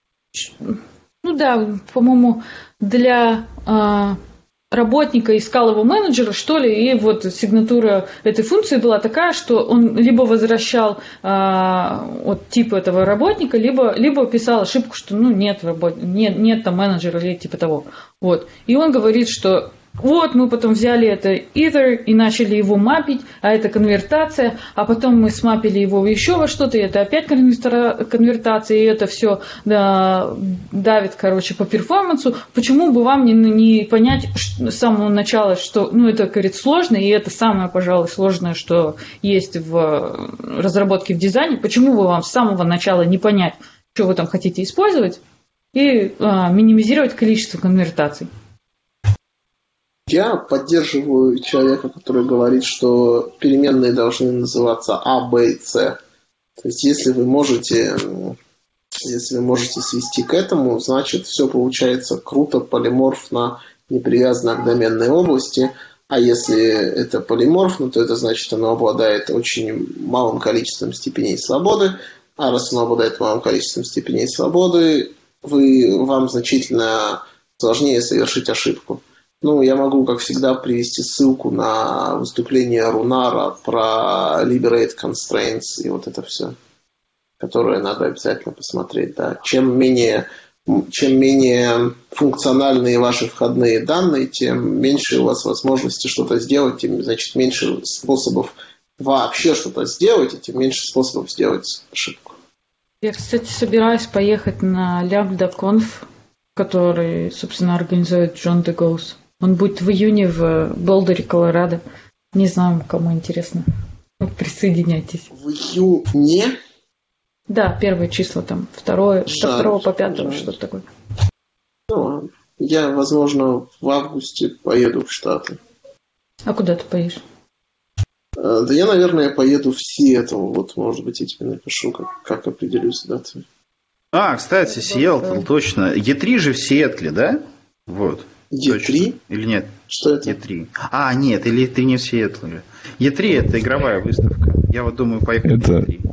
ну да, по-моему, для... А, работника искал его менеджера, что ли, и вот сигнатура этой функции была такая, что он либо возвращал а, вот, тип этого работника, либо, либо писал ошибку, что ну, нет, работ... нет, нет там менеджера или типа того. Вот. И он говорит, что вот мы потом взяли это either и начали его мапить, а это конвертация, а потом мы смапили его еще во что-то, и это опять конвертация, и это все да, давит, короче, по перформансу. Почему бы вам не, не понять с самого начала, что ну, это, говорит, сложно, и это самое, пожалуй, сложное, что есть в разработке в дизайне. Почему бы вам с самого начала не понять, что вы там хотите использовать, и а, минимизировать количество конвертаций? Я поддерживаю человека, который говорит, что переменные должны называться А, Б и С. То есть, если вы можете, если вы можете свести к этому, значит, все получается круто, полиморфно, не привязано к доменной области. А если это полиморфно, то это значит, оно обладает очень малым количеством степеней свободы. А раз оно обладает малым количеством степеней свободы, вы, вам значительно сложнее совершить ошибку. Ну, я могу, как всегда, привести ссылку на выступление Рунара про Liberate Constraints и вот это все, которое надо обязательно посмотреть. Да. Чем менее, чем менее функциональные ваши входные данные, тем меньше у вас возможности что-то сделать, тем, значит, меньше способов вообще что-то сделать, и тем меньше способов сделать ошибку. Я, кстати, собираюсь поехать на LambdaConf, который, собственно, организует Джон Дегоус. Он будет в июне в Болдере, Колорадо. Не знаю, кому интересно. Присоединяйтесь. В июне? Да, первое число там, второе, Жаль, со второго по пятое, жаль. что-то такое. Ну, я, возможно, в августе поеду в Штаты. А куда ты поедешь? А, Да я, наверное, поеду в Сиэтл. Вот, может быть, я тебе напишу, как, как определюсь с датой. А, кстати, Сиэтл, точно. Е три же в Сиэтле, да? Вот. Е три? Точно. Или нет? Что это? Е три. А, нет, или Е три не в Сиэтле. Е три это игровая выставка. Я вот думаю поехать Это- на Е три.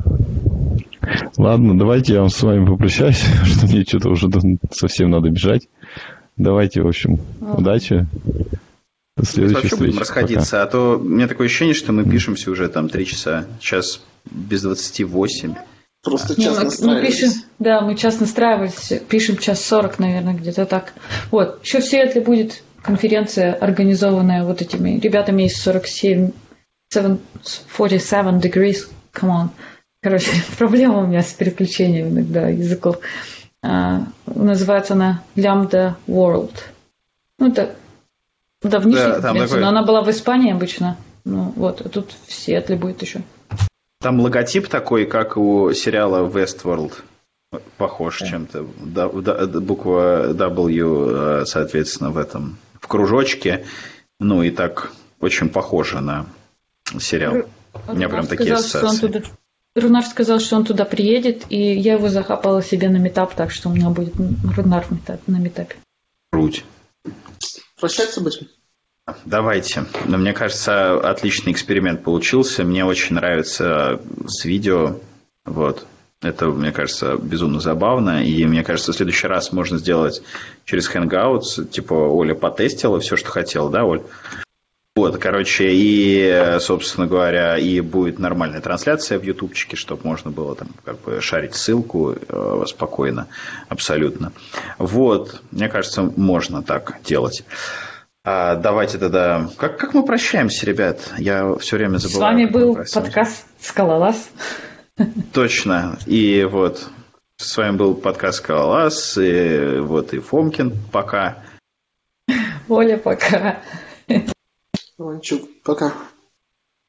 Ладно, давайте я вам с вами попрощаюсь, что мне что-то уже совсем надо бежать. Давайте, в общем, Ага. удачи. До следующей Вообще встречи. будем расходиться, а то у меня такое ощущение, что мы пишемся уже там три часа. Сейчас без двадцати восемь. Просто Не, час мы, мы настраивались. пишем, да, мы час настраивались, пишем час сорок, наверное, где-то так. Вот, еще в Сиэтле будет конференция, организованная вот этими ребятами из сорок семь, сорок семь degrees, come on. Короче, проблема у меня с переключением иногда языков. А, называется она Lambda World. Ну, это давнишняя Да, там конференция, такой- но она была в Испании обычно. Ну, вот, а тут в Сиэтле будет еще. Там логотип такой, как у сериала Westworld. Похож чем-то. Да- да- буква W, соответственно, в этом, в кружочке. Ну и так очень похоже на сериал. У меня прям Рунар такие сказал, что он ассоциации. туда- Рунар сказал, что он туда приедет, и я его захапала себе на метап, так что у меня будет Рунар в метап- на метапе. Круть. Прощаться будем? Давайте. Но мне кажется, отличный эксперимент получился. Мне очень нравится с видео. Вот. Это, мне кажется, безумно забавно. И мне кажется, в следующий раз можно сделать через Hangouts. Типа Оля потестила все, что хотела, да, Оль? Вот, короче, и, собственно говоря, и будет нормальная трансляция в ютубчике, чтобы можно было там как бы шарить ссылку э, спокойно, абсолютно. Вот, мне кажется, можно так делать. А, давайте тогда... Как, как мы прощаемся, ребят? Я все время забываю. С вами как мы был прощаемся. подкаст «Скалолаз». Точно. И вот с вами был подкаст «Скалолаз», и вот и Фомкин. Пока. Оля, пока. Иванчук, пока.